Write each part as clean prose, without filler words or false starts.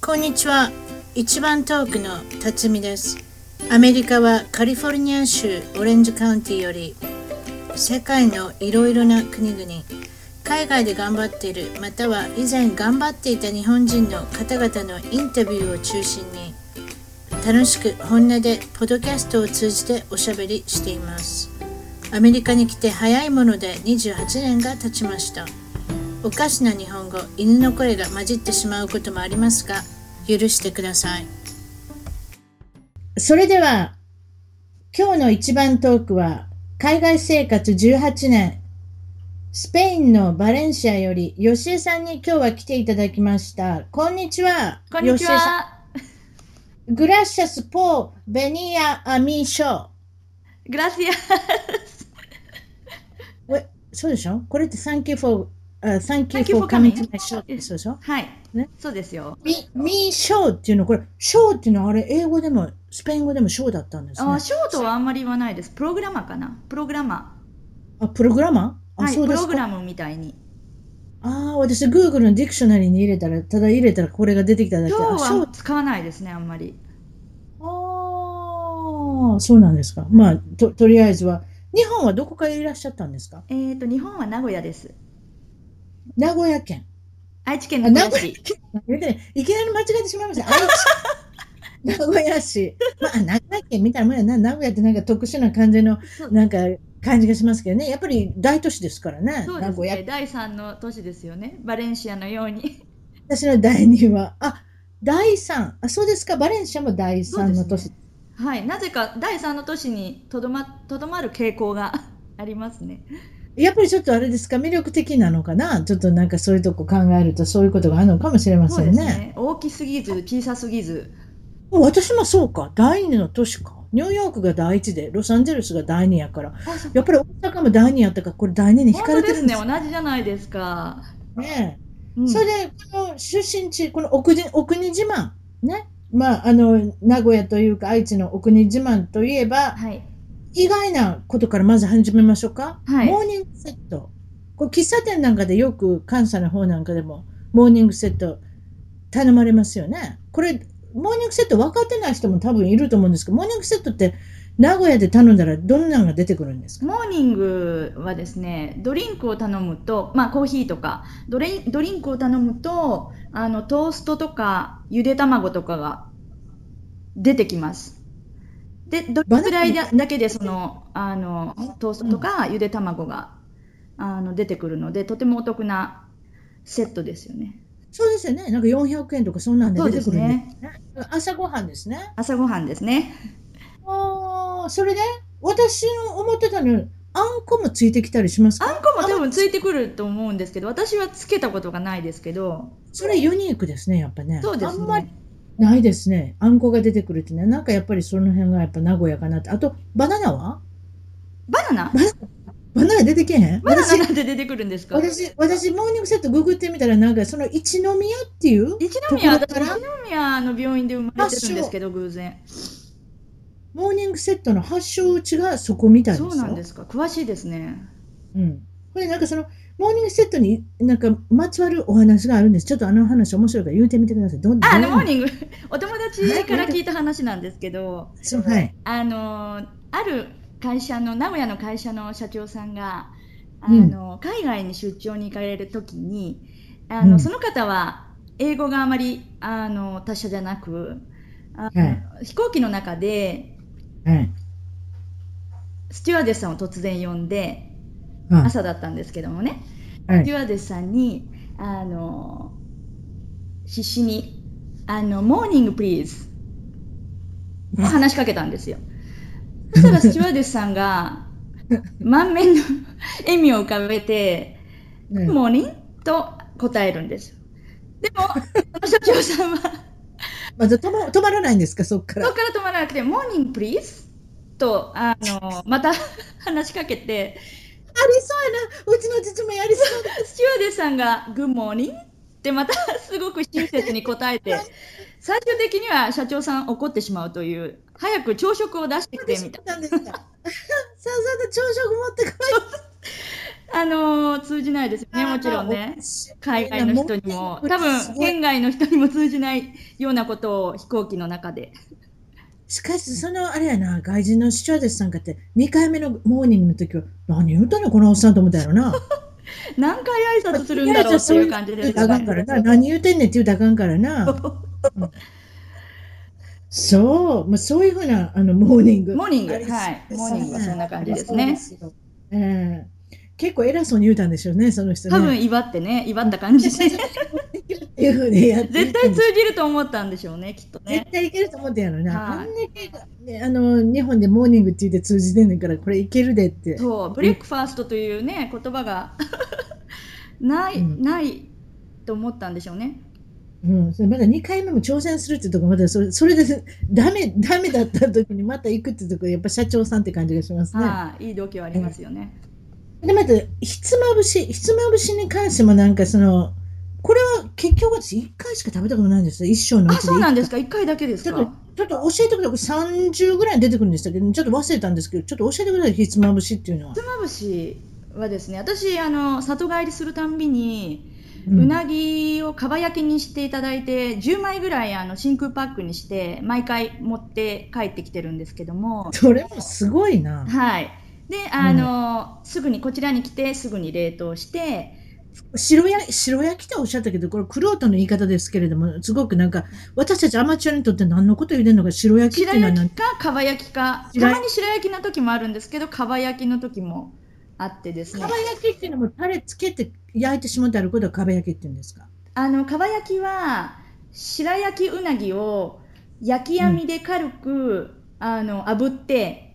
こんにちは。一番トークの辰巳です。アメリカはカリフォルニア州オレンジカウンティより世界のいろいろな国々、海外で頑張っている、または以前頑張っていた日本人の方々のインタビューを中心に楽しく本音でポッドキャストを通じておしゃべりしています。アメリカに来て早いもので28年が経ちました。おかしな日本語、犬の声が混じってしまうこともありますが、許してください。それでは、今日の一番トークは、海外生活18年、スペインのバレンシアより、吉江さんに今日は来ていただきました。こんにちは。 こんにちは。 Gracias por venir a mi show. Gracias. そうでしょ？これって Thank you for coming to my show ってそうでしょ？ はい、 ね、 そうですよ。 me show っていうの、これ、ショーっていうのはあれ、英語でもスペイン語でもショーだったんですね。 ショートはあんまり言わないです。プログラマーかな。プログラマー。プログラマー？ はい、 そうですか。 プログラムみたいに。 私、Google のディクショナリーに入れたら、ただ入れたらこれが出てきただけ。 ショーは使わないですね、あんまり。 そうなんですか。まあ、とりあえずは。日本はどこからいらっしゃったんですか？ 日本は名古屋です。 名古屋県。 愛知県の名古屋市。 いきなり間違えてしまいました。名古屋市。まあ、名古屋県みたいなもんやな。名古屋ってなんか特殊な感じの、なんか感じがしますけどね。やっぱり大都市ですからね。 そうですね。第3の都市ですよね。バレンシアのように。 私の第2は、第3。そうですか。バレンシアも第3の都市。 はい。なぜか第3の都市にとどまる傾向がありますね。 やっぱりちょっとあれですか、魅力的なのかな。ちょっとなんかそういうとこ考えるとそういうことがあるのかもしれませんね。 そうですね。大きすぎず、小さすぎず。 私もそうか。第2の都市か。ニューヨークが第1で、ロサンゼルスが第2やから。やっぱり大阪も第2やったから、これ第2に惹かれてるんですね。同じじゃないですか。 ねえ。それで、この出身地、このお国自慢。ね。まあ、名古屋というか愛知のお国自慢といえば、 はい。 意外なことからまず始めましょうか。 はい、 モーニングセット。これ喫茶店なんかでよく関西の方なんかでもモーニングセット頼まれますよね。これモーニングセット分かってない人も多分いると思うんですけど、モーニングセットって名古屋で頼んだらどんなのが出てくるんですか？ モーニングはですね、ドリンクを頼むと、まあコーヒーとかドリンクを頼むと、トーストとかゆで卵とかが出てきます。で、どれくらいだけでそのトーストとかゆで卵が出てくるので、とてもお得なセットですよね。 そうですよね。なんか400円とかそんなんで出てくるんですね。 朝ごはんですね。 朝ごはんですね。 それで私の思ってたのにあんこもついてきたりしますか？ あんこも多分ついてくると思うんですけど、私はつけたことがないですけど。 それユニークですね、やっぱね。 そうですね。 あんまりないですね。あんこが出てくるってね。なんかやっぱりその辺がやっぱ名古屋かなって。あと、バナナはバナナバナナ出てけへん？ バナナなんて出てくるんですか？ 私、モーニングセットググってみたら、なんかその一宮っていう一宮の病院で生まれてるんですけど、偶然。 モーニングセットの発祥地がそこみたいですよ。 そうなんですか。詳しいですね。 うん。これなんかその、モーニングセットになんかまつわるお話があるんです。ちょっと話面白いから言うてみてください。 モーニング、お友達から聞いた話なんですけど、 はい。 ある会社の、名古屋の会社の社長さんが、海外に出張に行かれるときに、その方は英語があまり達者じゃなく、飛行機の中で、スチュワーデスさんを突然呼んで、朝だったんですけどもね、スチュワーデスさんに必死にモーニングプリーズ話しかけたんですよ。そしたらスチュワーデスさんが満面の笑みを浮かべて、モーニングと答えるんです。でも社長さんはまず止まらないんですか？そっから止まらなくて、モーニングプリーズとまた話しかけて、 ありそうやな、うちの父もやりそうだ。 スチュワーデスさんがグッモーニングってまたすごく親切に答えて、最終的には社長さん怒ってしまうという、早く朝食を出してきてみたいな。 さっさと朝食持ってこい。 通じないですよね、もちろんね。 面白海いな。 外の人にモーニンも、 グっ多分、 てすごい。 県外の人にも通じないようなことを飛行機の中で。 しかし、あれやな、外人のスチュワーデスさんかって、2回目のモーニングの時は、何言うたのこのおっさんと思ったやろな。 何回挨まあ、 拶するんとりあえずだろうっていうそういう感じで言うたらあかんすよね。 からな。何言うてんねんって言うたらあかんからな。うん、そう、まあ、そういうふうなモーニングモーニング、 ありそはい。モーうですね。 ニングはそんな感じありそうでですね。 すよ。ええ、結構偉そうに言うたんでしょうね、その人ね。 多分、威張ってね、威張った感じで。 私はちょっと仕事できるっていうふうにやって絶対言ったんでしょう。 通じると思ったんでしょうね、きっとね。 絶対いけると思ってやろな。あんだはい。 けが、ね、日本でモーニングって言って通じてんねんから、これいけるでってそう、ブレ言う。 ックファーストというね、言葉がうん。 ないと思ったんでしょうね。 うん。それまだ2回目も挑戦するってとこ、まだそれでダメだった時にまた行くってとこ、やっぱ社長さんって感じがしますね。 はい、いい度胸ありうん。 ますよね。 で、また、ひつまぶしに関してもなんかこれは結局私1回しか食べたことないんですよ。一生のうあ、 ちで1回。 そうなんですか。一回だけですちょっと、 か。 ちょっと教えてください。これ30ぐらい出てくるんでしたけど、ちょっと忘れたんですけど、ちょっと教えてください。ひつまぶしっていうのは。 ひつまぶしはですね、私、里帰りするたんびに、 うん。 うなぎをかば焼きにしていただいて、10枚ぐらい真空パックにして、毎回持って帰ってきてるんですけども、 それもすごいな。 はい。で、 うん。 すぐに、こちらに来て、すぐに冷凍して、 白焼きとおっしゃったけど、これ、玄人の言い方ですけれども、すごくなんか、私たちアマチュアにとって何のこと言うてんのか、白焼きっ白ていうのは何、 焼きか、かば焼きか、た白焼き、 まに白焼きの時もあるんですけど、かば焼きの時もあってですかばね、 焼きっていうのも、タレつけて焼いてしまってあることはかば焼きって言うんですか？ かば焼きは白焼きうなぎを焼きうん。 網で軽く炙って、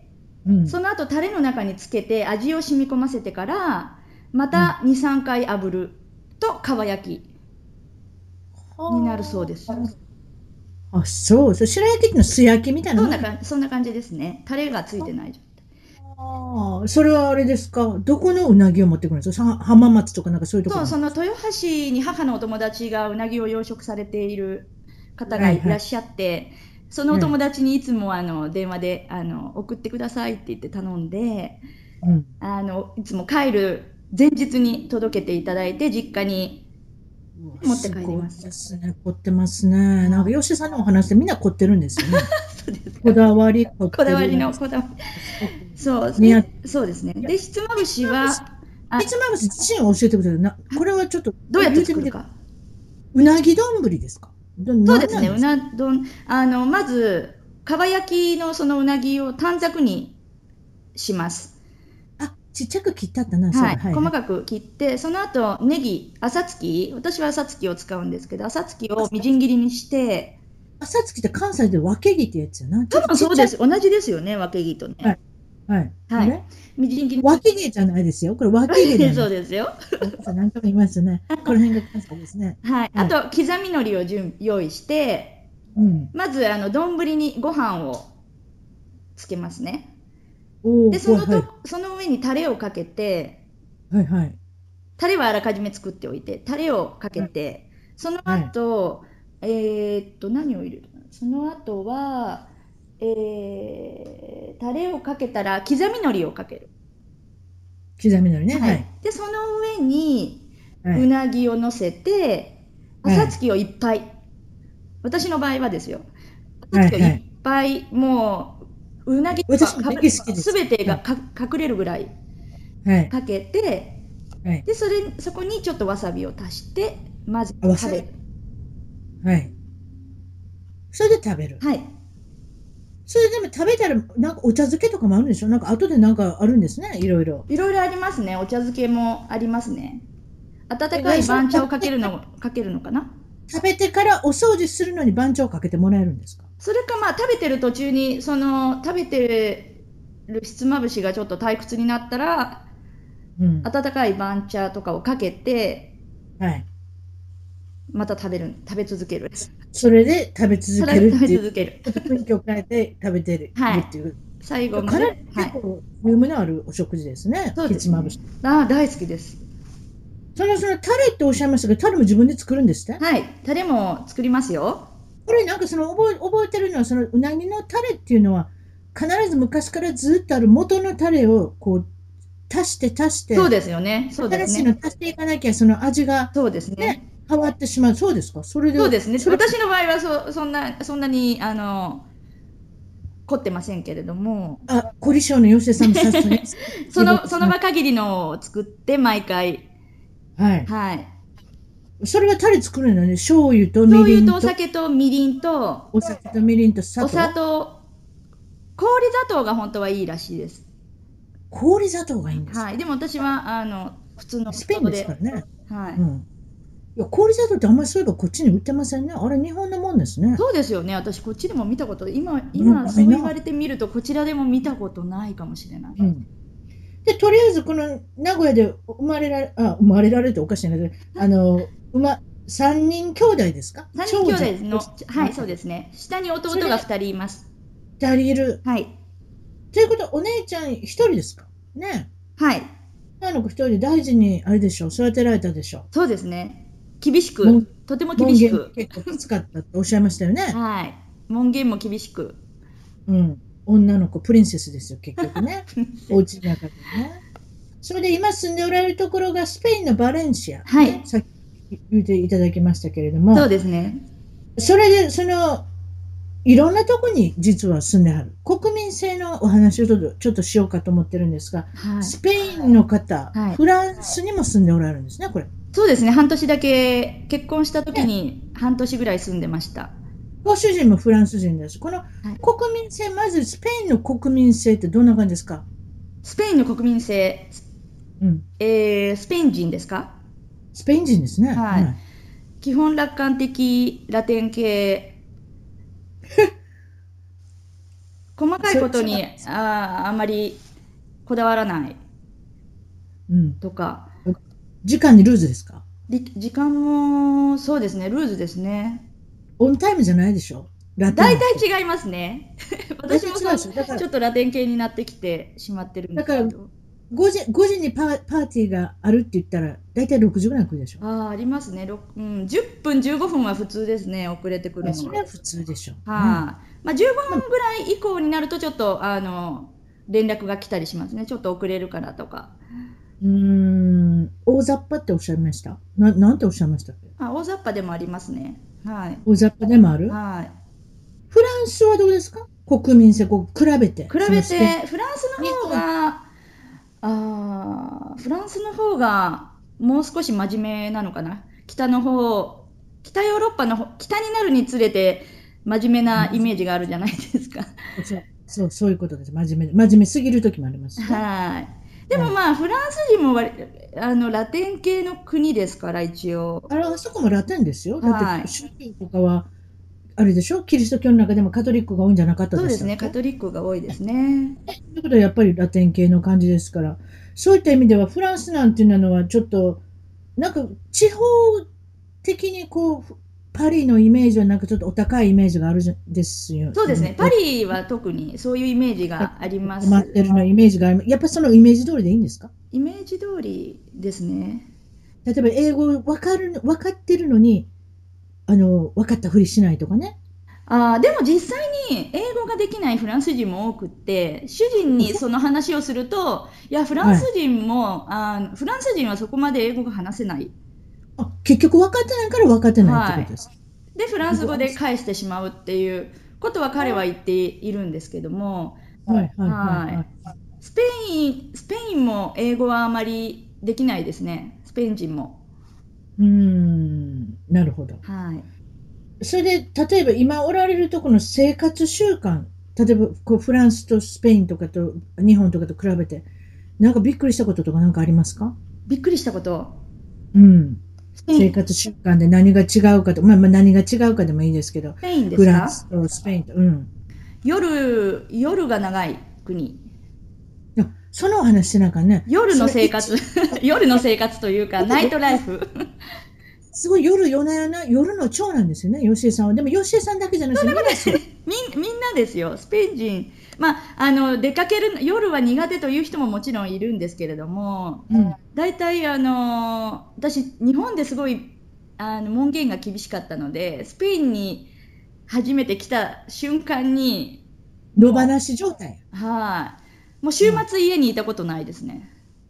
うん。 その後タレの中につけて味を染み込ませてからまうん。 た23回炙るとかば焼きになるそうはです。 あ。あ、そう。白焼きっていうのは素焼きみたいなもん。 そんな感じですね。タレがついてない状態。 ああ、それはあれですか。どこのうなぎを持ってくるんですか？浜松とかなんかそういうとこそう、 ろなんですか？ その豊橋に母のお友達がうなぎを養殖されている方がはいはい。 いらっしゃって、そのお友はい。 達にいつも電話で送ってくださいって言って頼んで、 うん。 いつも帰る前日に届けていただいて、実家にうわ、 持ってすごい帰ります。 ですね。凝ってますね。なんか、 はい。 吉さんのお話でみんな凝ってるんですよね。 そうですか。 こだわり凝ってる。 こだわりなんか、 のこだわり。 すごくそう。 似合ってで、そうですね。 いや、 で、ひつまぶひつまぶし、 しは、 ひつあ、 まぶし自身を教えてください。これはちょっとどうやって言うてみて。 作るか。 うなぎ丼ですか？何そうですね。うなんですか？ な丼、まず、かば焼きのそのうなぎを短冊にします。 あ、ちっちゃく切ったったな、そういえば。 はい。 はいはい。 細かく切って、その後、ネギ、朝月、私は朝月を使うんですけど、朝月をみじん切りにして、 朝月って関西で分け木ってやつやな。ちょ多っとちっちゃい。 分そうです。同じですよね、分け木とね。 はい。はい。あはい。 れみじん切りに。 分け毛じゃないですよ。これ分け毛なんです。 そうですよ。 ごめんなさい、何回も言いますね。この辺が関西ですね。 はい。あはい。 と、刻み海苔を用意して、 うん。 まず、丼にご飯をつけますね。で、 おお、はいはい。 その上にタレをかけて、 はいはい。 タレはあらかじめ作っておいて、タレをかけはい。 て、そのはい。 後、何を入れるかな。その後は、タレをかけたら、刻み海苔をかける。 刻みのりね。 はい。 はい。 で、その上に、 はい。 うなぎを乗せて、 はい。 朝月をいっぱい。私の場合はですよ。朝月をいっはいはい。 ぱい、もう、うなぎとか私もネギ好きです。 すべてはい。 が隠れるぐらいはい。 かけて、 はい。 で、そこにちょっとわさびを足して、混ぜあ、わさび。 て食べる。 はい。それで食べる。 はい。 それでも食べたら、なんかお茶漬けとかもあるんでしょ？なんか後でなんかあるんですね。いろいろ。 いろいろありますね。お茶漬けもありますね。温かいそれ番茶をかけるのかな。 食べてからお掃除するのに番茶をかけてもらえるんですか？ それかまあ食べてる途中に、食べてるひつまぶしがちょっと退屈になったら、 うん。 温かい番茶とかをかけて、 はい。 また食べ続ける。 それで食べ続け食べるっていう、 続ける。 ちょっと雰囲気を変えて食べてはい。 るっていう。 最後まかなりで。はい。 結構、ボリュームのあるお食事ですね。 そうですね。 ひつまぶし。 ああ、大好きです。 そのタレっておっしゃいましたけど、タレも自分で作るんですって？ はい。タレも作りますよ。 これなんか覚えてるのは、うなぎのタレっていうのは、必ず昔からずっとある元のタレを、こう、 足して、 そうですよね。そうです新しいのね。 足していかなきゃ、その味がそうですね、 ね。 変わってしまう。そうですか。それで、 そうですね。 それ、 私の場合はそんなに、凝ってませんけれども、 あ、凝り性の吉江さんもさすがに、 その場限りのを作って、毎回。 はい。 はい。 それはタレ作るのね。醤油とみ醤油とおりんと、 酒とみりんと、 お酒とみりんと砂お砂糖。 糖、氷砂糖が本当はいいらしいです。 氷砂糖がいいんですはい。 か？ でも私は、普通のおスペインですから砂糖で。 ね。 はい。 うん。いや、氷砂糖ってあんまりそういえばこっちに売ってませんね。あれ、日本のもんですね。 そうですよね。私、こっちでも見たこと、 うん、 今ないな。 そう言われてみると、こちらでも見たことないかもしれない。 うん。で、とりあえずこの名古屋で生まれられておかしいなけど、三人兄弟ですか？ 3人兄長女。 弟の、はい、そうですね。下に弟がそれで 2人います。 二人いる。 はい。 ということは、お姉ちゃん一人ですかね？ はい。 女の子一人で大事に、あれでしょう、育てられたでしょそうですね。厳しう。 く、とても厳門限もしく。 結構きつかったっておっしゃいましたよね。 はい。門限も厳しく。 うん。女の子、プリンセスですよ、結局ね。お家の中でね。それで今住んでおられるところがスペインのバレンシア。ね。 はい。 さっき言っていただきましたけれどそうも、 ですね。 それで、いろんなとこに実は住んではる。国民性のお話をちょっとしようかと思ってるんですが、 はい。 スペインの方、 はい。 フランスにも住んでおられるんですね、これ。 そうですね。半年だけ、結婚した時ね。 に半年ぐらい住んでました。 ご主人もフランス人です。このはい。 国民性、まずスペインの国民性ってどんな感じですか？ スペインの国民性、 うん。 スペイン人ですか？ スペイン人ですね。 はい。 はい。 基本楽観的、ラテン系、細かいことにあんまりこだわらないうん。 とか、 時間にルーズですか？ 時間もそうですね、ルーズですね。 オンタイムじゃないでしょ？ラテン大の人。 体違いますね。 大私も体違うでしょ？ ちょっとラテン系になってきてしまってるんでだからすけど。 5時にパーティーがあるって言ったら、大体6時ぐらい来るでしょ？ ありますね。うん、10分、15分は普通ですね、遅れてくるの。 それは普通でしょうね。 まあ、15 まあ、 分ぐらい以降になると、ちょっと、連絡が来たりしますね。ちょっと遅れるからとか。 大雑把っておっしゃいました。なんておっしゃいましたっけ？ 大雑把でもありますね。はい。 大雑把でもある。 はい。 フランスはどうですか？国民性、比べて、 比そのスペイン。 べて、フランスの日本、 方が、フランスの方がもう少し真面目なのかな。北ヨーロッパの方、北になるにつれて真面目なイメージがあるじゃないですか。 そういうことです。真面目すぎる時もありますしね。 はい。ではい。 もまあ、フランス人もラテン系の国ですから、一応。 あそこもラテンですよ。だって、 はい。 宗教とかは、あれでしょ？キリスト教の中でもカトリックが多いんじゃなかったそうですね、 でしたっけ？ カトリックが多いですね。 ということはやっぱりラテン系の感じですから、そういった意味ではフランスなんていうのはちょっと、なんか地方的にパリのイメージはなんかちょっとお高いイメージがあるですよね。 そうですね、パリは特にそういうイメージがありま止まってす。 るのイメージがある。やっぱりそのイメージ通りでいいんですか？ イメージ通りですね。 例えば英語分かってるのに、分かったふりしないとかね。 でも実際に英語ができないフランス人も多くって、主人にその話をすると、いや、 はい。 フランス人はそこまで英語が話せない。 結局分かってないから分かってないってはい。 ことです。 で、フランス語で返してしまうっていうことは彼は言っているんですけども、 はいはいはいはい。 はい。 スペインも英語はあまりできないですね。スペイン人も。 なるほど。 はい。 それで、例えば今おられるところの生活習慣、例えばフランスとスペインとかと日本とかと比べて、なんかびっくりしたこととかなんかありますか？ びっくりしたこと。 うん。生スペイン、 活習慣で何が違うかと、まあ何が違うかでもいいですけど、 スペインでフすか？ ランスとスペインと、 夜が長い国。 そのお話してなんかね、 夜そのの生活、夜の生活というか、ナイトライフ。 すごい夜の長なんですよね、吉江さんは。でも吉江さんだけじゃなくて、みんなそう。 みんなですよ、スペイン人。まあ、出かける、夜は苦手という人ももちろんいるんですけれども、 うん。 大体、私、日本ですごい、門限が厳しかったので、スペインに初めて来た瞬間に、 野放もし状態。 もう週うん。 末家にいたことないですね。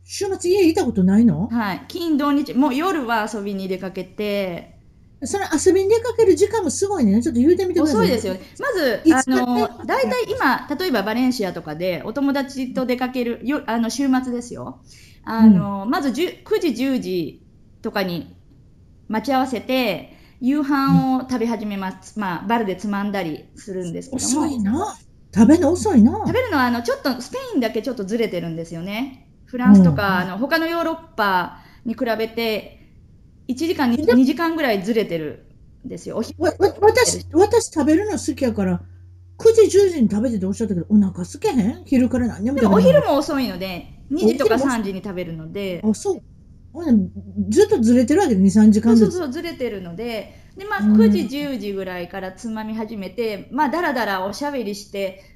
週末家いたことないの？ はい。金土日、もう夜は遊びに出かけて、 その遊びに出かける時間もすごいね。ちょっと言うてみてください。 遅いですよね。まず、 いつから大体今、例えばバレンシアとかでお友達と出かける週末ですよ。 うん。 まず9時、10時とかに待ち合わせて、夕うん。 飯を食べ始めます。まあ、バルでつまんだりするんですけど遅いも、 な。食べるの遅いな。 食べるのはちょっとスペインだけちょっとずれてるんですよね。フランスとうん。 か他のヨーロッパに比べて1時間にで、 2時間ぐらいずれてるんですよ。お昼私食べるの好きやから、9時、10時に食べてっておっしゃったけど、お腹空けへん昼から何にもでもお食べてなかった。 昼も遅いので2時とかお昼も、 3時に食べるので、 あ、そう。ほなずっとずれてるわけで、2、3時間ずつ。 そうそうそう、ずれてるので、まあ、9時、 うん。 10時ぐらいからつまみ始めて、まあ、だらだらおしゃべりして、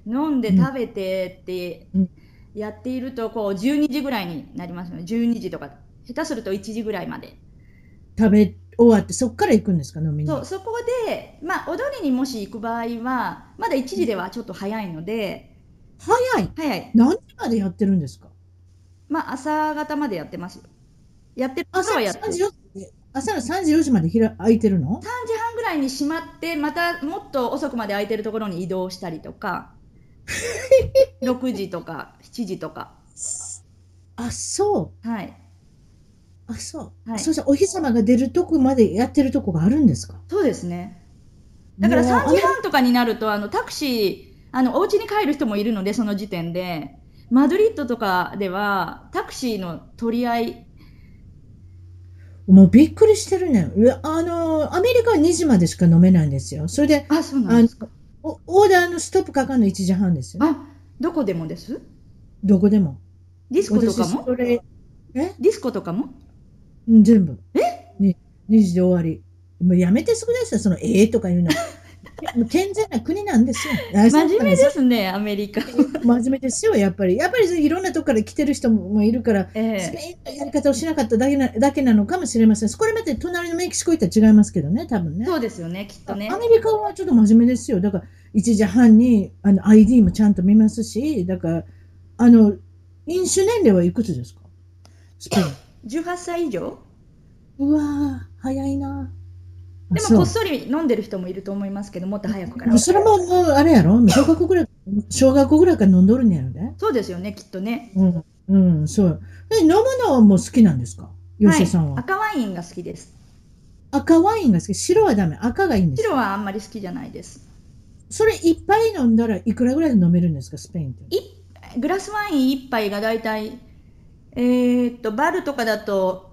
飲んでうん。 食べてってうん。 やっていると、こう、12時ぐらいになりますので、12時とか、下手すると1時ぐらいまで。 食べ終わって、そっから行くんですか、飲みそう、 に。 そこで、まあ、踊りにもし行く場合は、まだ1時ではちょっと早いので、 早い。 早い。 何時までやってるんですか？ まあ、朝方までやってますよ。やってるところはやってる。 朝の3時、4時まで空いてるの？ 3時半ぐらいに閉まって、またもっと遅くまで空いてるところに移動したりとか、6時とか7時とか。 あ、そう。 はい。 あ、そう。 はい。 そしたらお日様が出るとこまでやってるとこがあるんですか？ そうですね。だから3 もう、 時半とかになると、タクシー、お家に帰る人もいるので、その時点で。マドリッドとかでは、タクシーの取り合い、 もうびっくりしてるね。アメリカは2時までしか飲めないんですよ。それで、 あ、そうなんあの、 ですか。 オーダーのストップかかるの1時半ですよ。 あ、どこでもです。 どこでも。 ディスコと私、 かもそれ、えディスコとかも全部。 えに2時で終わり。もうやめてすぐですよ、その、とか言うの。いやもう健全な国なんですよ。そうかね、 真面目ですね、アメリカ。 真面目ですよ、やっぱり。やっぱりいろんなとこから来てる人もいるから、 えスペえ、 インのやり方をしなかっただけなのかもしれません。これまで隣のメキシコ行ったら違いますけどね、多分ね。 そうですよね、きっとね。 アメリカはちょっと真面目ですよ。だから、1時半にID もちゃんと見ますし、だから、あの、飲酒年齢はいくつですか？スペイン。 18歳以上うわー、早いな。あ、 でもこっそそり飲んでる人もいると思いますけど、もっと早くかう。 ら。 それももう、あれやろ小学校ぐらいから飲んどるんやろね。 そうですよね、きっとね。 うん、うん、そう。飲むのはもう好きなんですか？ はい。 吉江さんは。 赤ワインが好きです。 赤ワインが好き。白はダメ。赤がいいんですか？ 白はあんまり好きじゃないです。 それいっぱい飲んだらいくらぐらいで飲めるんですか、スペインって？ グラスワイン1杯がだいたい、バルとかだと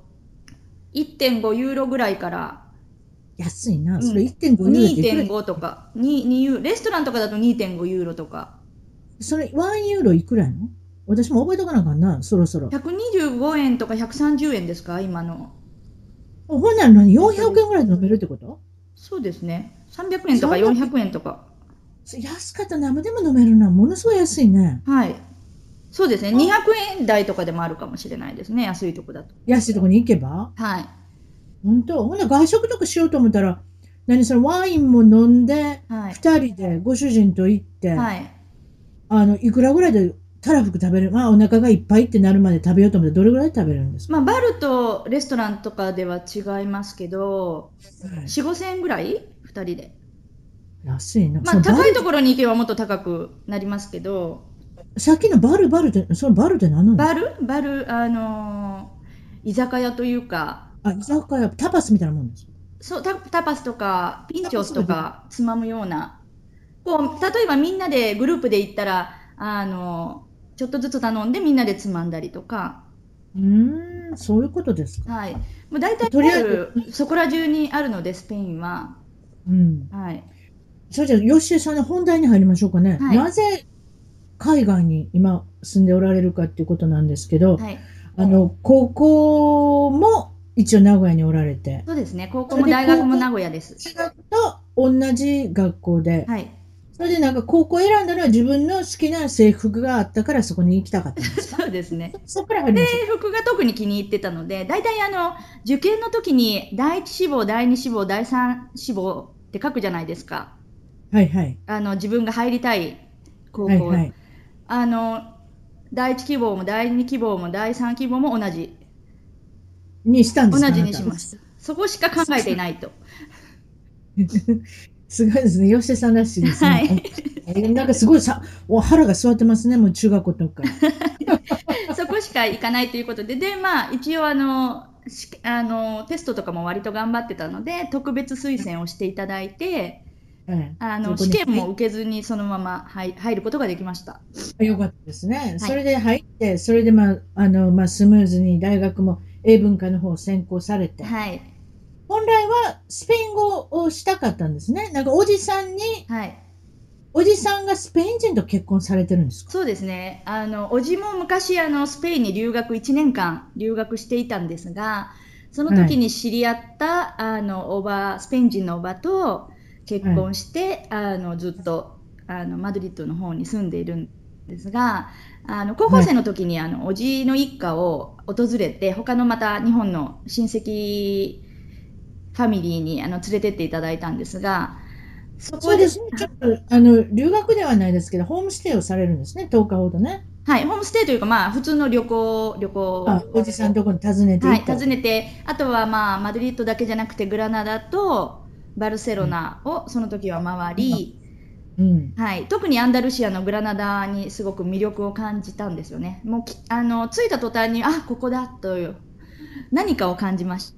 1.5ユーロぐらいから、 安いな。それうん、 1.5ユーロっていくら？ 2.5とか、2ユーロ、レストランとかだと2.5ユーロとか、 それ1ユーロいくらやの？私も覚えとかなあかんな、そろそろ。 125円とか130円ですか、今のほんなら何レート ?400 で。 円ぐらいで飲めるってこと？ そうですね。300円とか 300 400 円。 円とか。 安かったら生でも飲めるな。ものすごい安いね。 はい。そうですね。 あ、 200円台とかでもあるかもしれないですね。安いとこだと。 安いとこに行けば。 はい。 本当ほんなら外食とかしようと思ったら、そのワインも飲んで、 はい。 二人でご主人と行って、 はい。 いくらぐらいでたらふく食べる、まあお腹がいっぱいってなるまで食べようと思ってどれぐらい食べるんですか？ まあ、バルとレストランとかでは違いますけど、 はい。 4、5千円ぐらい ?2 人で。 安いな。 まあ、高いところに行けばもっと高くなりますけど、 さっきのバルって、そのバルって何なんですか？ バル、居酒屋というか、 あ、居酒屋、タパスみたいなもんですか？ そう、タパスとか、ピンタチョスとパスが出てくる。 かつまむような、こう、例えばみんなでグループで行ったら、ちょっとずつ頼んでみんなでつまんだりとか、 そういうことですか。 はい。もう大体とりあえず、 バル、そこら中にあるので、スペインは。 うん。 はい。 それじゃあ、吉江さんの本題に入りましょうかね。 はい。 なぜ海外に今住んでおられるかっていうことなんですけど、 はい。 高校も一応名古屋におられて、 そうですね。高校それもで高校、 大学も名古屋です。 中学と同じ学校で、 はい。 それでなんか高校選んだのは自分の好きな制服があったからそこに行きたかったんですか？ そうですね。 そこから入り制ましょうか。 服が特に気に入ってたので、大体受験の時に第一志望、第二志望、第三志望って書くじゃないですか。 はいはい。 自分が入りたい高校。 はいはい。 あの、 第一希望も第二希望も第三希望もにしたんですか、あ同じなた。 にしました。そこしか考えていないと。 すごいですね。吉瀬さんらしいですね。 はい。 なんかすごいお腹が座ってますね。もう中学校の時から。 そこしか行かないということで、で、まあ、一応テストとかも割と頑張ってたので、特別推薦をしていただいて、 はい。そこ試に験も受けずにそのまま入ることができました。 よかったですね。 はい。 それで入って、それでスムーズに大学も英文科の方を専攻されて、 はい。 本来はスペイン語をしたかったんですね。なんかはい。 おじさんがスペイン人と結婚されてるんですか？ そうですね。おじも昔、スペインに1年間留学していたんですが、そのはい。 時に知り合った、スペイン人のおばと結はい。 婚して、ずっと、マドリッドの方に住んでいるんですが、高校はい。 生の時に、おじの一家を訪れて、他のまた日本の親戚ファミリーに、連れてっていただいたんですが、そこで、 そうですね。ちょっと、留学ではないですけど、ホームステイをされるんですね。10日ほどね。 はい、ホームステイというか、まあ、普通の旅行おじさんのところに訪ねてはい、 行ったわけです。 訪ねて、あとはまあ、マドリッドだけじゃなくて、グラナダとバルセロうん。 ナをその時は回り、 うん。 はい、特にアンダルシアのグラナダにすごく魅力を感じたんですよね。もう着いた途端に、あ、ここだという何かを感じました。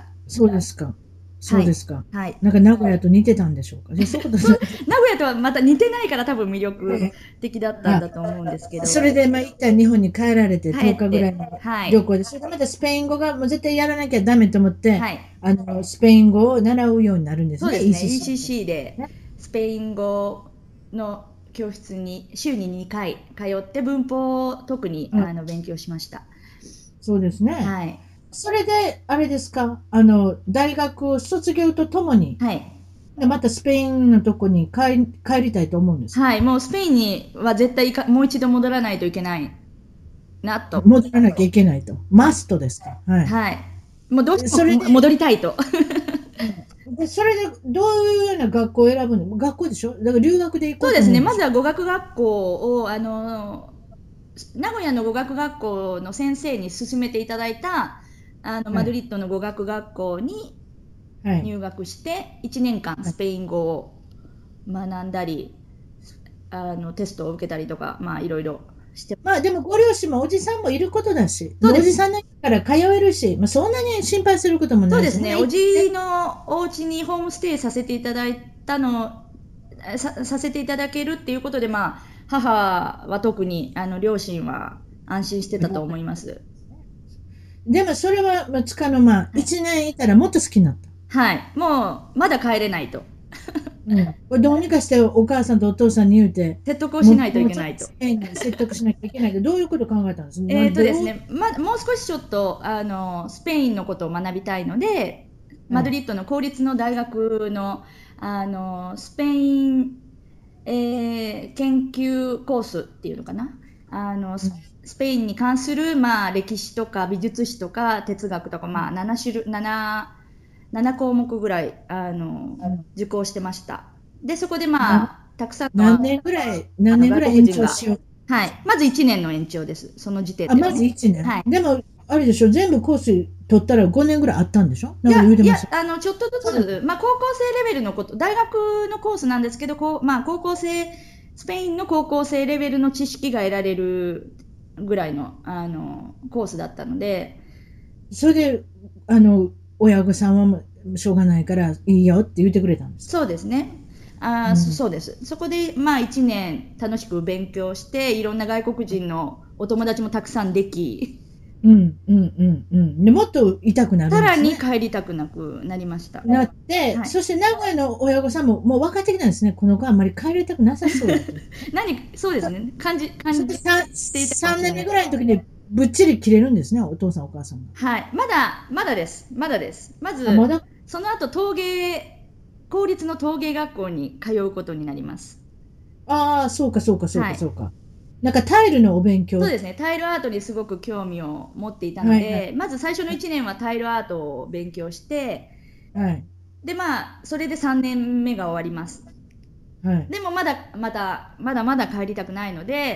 そうですか。そはい。 うですか。 はい。 なんか名古屋と似てたんでしょうか。そういうことじゃない。 名古屋とはまた似てないから多分魅え力え。 的だったんあ、 だと思うんですけど、 それで、一旦日本に帰られて10日ぐらい帰って、 のはい、 旅行で、それでまたスペイン語がもう絶対やらなきゃダメと思って、 はい。 スペイン語を習うようになるんですね、 そうですね、 ECC で。 ECC でね。 スペイン語の教室に週に2回通って文法を特にうん、 勉強しました。 そうですね。 はい。 それで、あれですか、大学を卒業とともに、 はい。 でまたスペインのとこに帰りたいと思うんですか？ はい。もうスペインには絶対もう一度戻らないといけないなと。 戻らなきゃいけないと。マストですか？はい。 はい。もうどうしてもそれで、 戻りたいと。 それでどういうような学校を選ぶの？学校でしょ？だから留学で行こうそうですね。 と思うんでしょ？ まずは語学学校を、名古屋の語学学校の先生に勧めていただいた、 はい。 マドリッドの語学学校にはい。 入学して1年間はい。 スペイン語を学んだり、テストを受けたりとか、まあいろいろして。 でもご両親もおじさんもいることだし、で、 そうです。 おじさんの家から通えるし、そんなに心配することもないしね。 そうですね。おじのお家にホームステイさせていただいたの、させていただけるっていうことで、まあ、母は特に、両親は安心してたと思います。 でもそれは、 はい。 1年いたらもっと好きになった。 はい。もう、まだ帰れないと。 うん。これどうにかしてお母さんとお父さんに言うて、 説得をしないといもうちょっとけないと。 スペインに説得しなきゃいけないけど、どういうことを考えたんです？どう、 ですね、もう少しちょっとスペインのことを学びたいので、 はい。 マドリッドの公立の大学の、スペイン、研究コースっていうのかな、スペインに関する、まあ、歴史とか美術史とか哲学とか、まあ、7項目ぐらい受講してました。でそこでなまあたくさんの何年ぐ外らい延国人が、 長しよう。 はい、まず1年の延長です、その時点ではまずね。 1年。 はい、 でも、あれでしょ、全部コース取ったら5年ぐらいあったんでしょ？なんか言うていや、 ました。 ちょっとそうなんだ。 ずつ、まあ、高校生レベルのこと、大学のコースなんですけど、まあ、スペインの高校生レベルの知識が得られるぐらいの、コースだったので、 それで、親御さんはもうしょうがないからいいよって言ってくれたんですか？ そうですね。 うん。 そうです。そこで、まあ、1年楽しく勉強して、いろんな外国人のお友達もたくさんでき、 うん、うん、うん、うん。で、もっと痛くなるさらんですね。 に帰りたくなくなりました。 なって、 はい。 そして名古屋の親御さんももう分かってきたんですね。この子あんまり帰りたくなさそうだと。 そうですそね。 それで感じていたかも 3年しれない。 目ぐらいの時にぶっちり切れるんですね。お父さんお母さんが。 はい。まだです。まだです。ままず、 だ。 その後、公立の陶芸学校に通うことになります。 ああ、そうか、そうか、そうか、 はい。 そうか。なんかタイルのお勉強。 そうですね。タイルアートにすごく興味を持っていたのはい、はい、 で、まず最初の1年はタイルアートを勉強して、 はい、 で、まあ、それで3年目が終わります。 はい。 でもまだ帰りたくないので、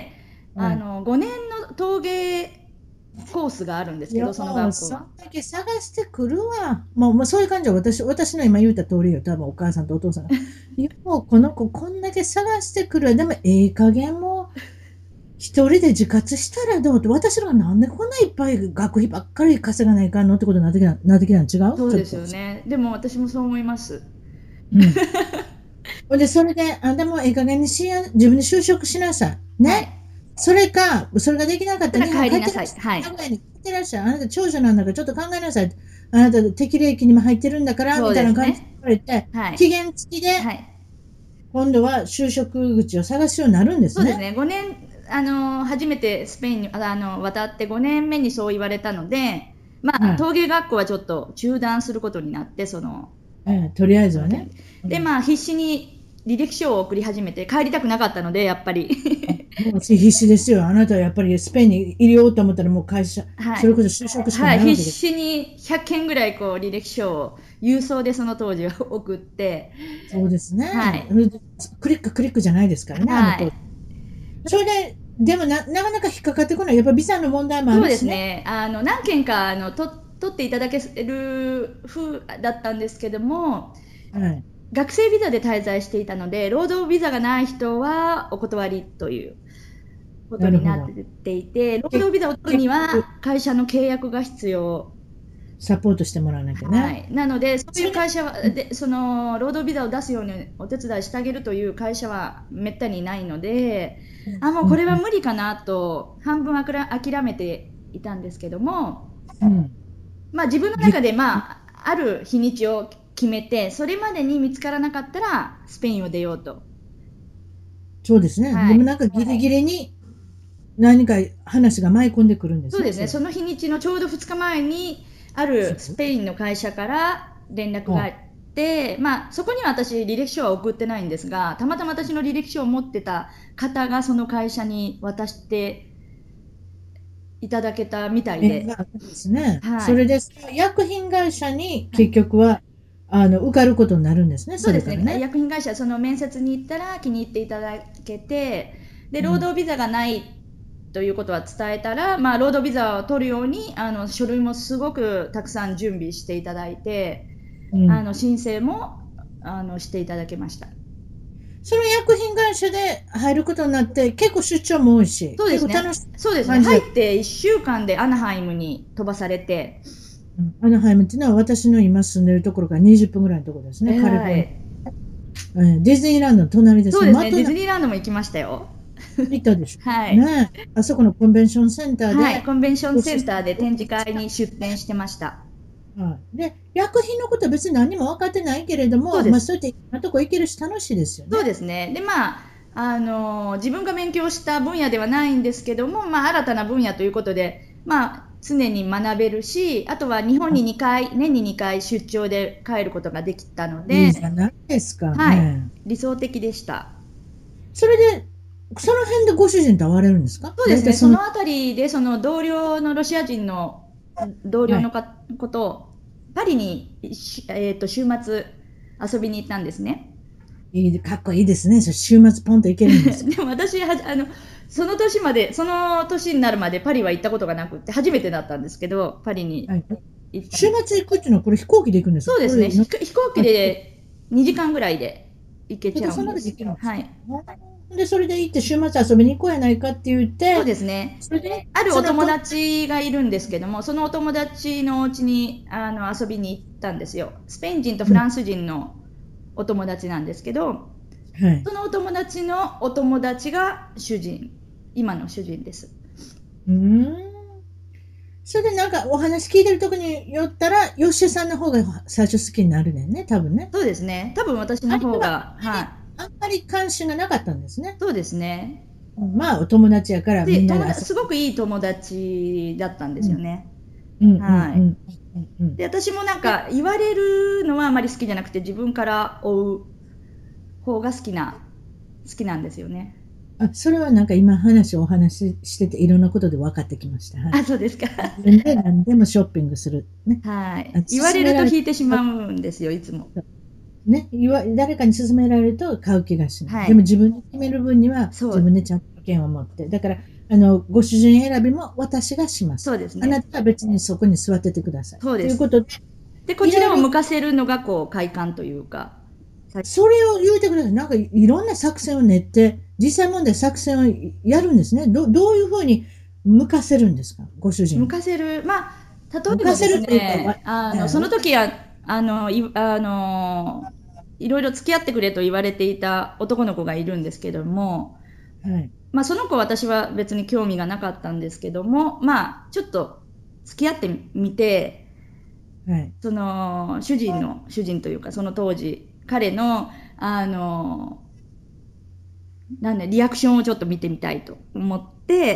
はい。 5年の陶芸コースがあるんですいや、 けど、そのもう、そん学校は。 だけ探してくるわ。もうそういう感じは私の今言った通りよ。多分お母さんとお父さんが。いや、もうこの子こんだけ探してくるわ。でも、ええ加減もう、一人で自活したらどうって、私らがなんでこんないっぱい学費ばっかり稼がないかんのってことになってきたん違うそうですちょっと。 よね。でも私もそう思います。 うん。ほんで、それで、あんたもうええ加減に自分で就職しなさい。ね。 はい。 それか、それができなかったたらら日本帰りなさい。 帰ってらっしゃい。 はい。 名古屋に帰ってらっしゃい。あなた長女なんだからちょっと考えなさい。あなた適齢期にも入ってるんだから、 そうみたいな感じでですね。 言われて、 はい。 期限付きで、 はい。 今度は就職口を探すようになるんですね。 そうですね。5年、初めてスペインに渡って5年目にそう言われたので、まあ、 はい。 陶芸学校はちょっと中断することになって、 とりあえずその点で。 はね。うで、 ん。 まあ、必死に履歴書を送り始めて、帰りたくなかったので、やっぱり。 もう必死ですよ。あなたはやっぱりスペインに入れようと思ったらもう会社、 はい。 それこそ就職しかはい。必ないわけです。 死に100件ぐらいこう履歴書を郵送でその当時は送って、 そうですね。 はい。 クリッククリックじゃないですからね、あの頃。 はい。 それで、でもなかなか引っかかってこない。やっぱビザの問題もあそうるしね。 ですね。何件か取っていただける風だったんですけども、 はい。 学生ビザで滞在していたので、労働ビザがない人はお断りということになっなるほど。 ていて、労け働ビザを取る結には局、 会社の契約が必要。 サポートしてもらわなきゃね。 はい。なので、そうそれで、 いう会社は、 うんその労働ビザを出すようにお手伝いしてあげるという会社はめったにないので、もうこれはうん無理かなと半分諦めていたんですけども、 うん。 まあ、自分のぎ中で、まあ、ある日にちを決めて、それまでに見つからなかったらスペインを出ようと。 そうですね。 はい。 でもなんかギリギリに何か話が舞い込んでくるんですね、 そうですね。 それは。 その日にちのちょうど2日前に、あるスそう。 ペインの会社から連絡があっはて、まあ、そこには私、履歴書は送ってないんですが、たまたま私の履歴書を持ってた方がその会社に渡していただけたみたい縁がで、 あるんですね。 はい。 それで、その薬品会社にはい。 結局は、受かることになるんですね、そそうですね。 れからね。 薬品会社、その面接に行ったら気に入っていただけて、で、労うん。 働ビザがないということは伝えたら、まあ、労働ビザを取るように、書類もすごくたくさん準備していただいて、 うん。 申請も、していただけました。 その薬品会社で入ることになって、結構出張も多いし、 そうですね。 結構楽しそうですね。 い感じだ。 入って1週間でアナハイムに飛ばされて、 アナハイムっていうのは私の今住んでるところから20分ぐらいのところですね、カリフォルニはい。 ディズニーランドの隣ですね。 そうですね。ディズまたニーランドも行きましたよ。 行ったでしょ。 はい。 ねえ、あそこのコンベンションセンターはい。 で、 コンベンションおすすセンターでお展示会に出展してました。 はい。で、薬品のことは別に何も分かってないけれども、 そうです。 そうやっていろんなとこ行けるし楽しいですよそうね。 ですね。で、まあ、自分が勉強した分野ではないんですけども、まあ、新たな分野ということで、まあ、常に学べるし、あとは日本に2回、年に2回出張で帰ることができたので、 いいじゃないですかはい。 ね。 理想的でした。 それで、その辺でご主人と会われるんですかそうですね。 大体その、 そのあたりで、その同僚のロシア人の同僚はい。 のことを、パリに、週末遊びに行ったんですね。 かっこいいですね。週末ポンと行けるんですか。 でも私はその年になるまでパリは行ったことがなくって、初めてだったんですけど、パリにはい。 行った週んです。 末行くっていうのはこれ飛行機で行くんですかそうですね。 これ、 飛行機あ、 で2時間ぐらいで行けちゃうそんなででんです。 きるんですか。 はい。 で、それで行って週末遊びに行こうやないかって言っそうて、 ですね。 それで、 あるお友達がいるんですけども、そのお友達のお家に遊びに行ったんですよ。スペイン人とうん、 フランス人のお友達なんですけど、 はい。 そのお友達のお友達が主人、今の主人です。 うーん。それでなんかお話聞いてるとこによったら、ヨッシーさんの方が最初好きになるねんね、多分ね。 そうですね。多分私のあれは方が、はい。 あんまり関心がなかったんですね。 そうですね。 まあ、お友達やからみで、 んなで遊すごくいい友達だったんでぶ。うん、 すよね。 うん、うん、 はい。 うん、うん。うん。 で、私もなんで、 か言われるのはあまり好きじゃなくて、自分から追う方が好きなんですよね。 それはなんか今お話ししてていろんなことで分かってきました。はい。 あ、そうですか。 自分で何でもショッピングする。ね。 はい。言われると勧められ引いてしまうんですよ、いつも。 ね、誰かに勧められると買う気がしない。 はい。 でも自分で決める分にはそう、 自分でちゃんと意見を持って。だからご主人選びも私がします。 そうですね。 あなたは別にそこに座っててください。 そうです。 ということで、 で、こちらを向かせるのが、こう、快感というか。 それを言うてください。なんかいろんな作戦を練って、実際問題作戦をやるんですね。どういうふうに向かせるんですか、ご主人。 向かせる、まあ、例えば向かせでするというか、 ね、その時は、いろいろ付き合ってくれと言われていた男の子がいるんですけども、 はい。 まあ、その子私は別に興味がなかったんですけども、まあ、ちょっと付き合ってみて、 はい。 その主人というか、その当時、彼の、リアクションをちょっと見てみたいと思って、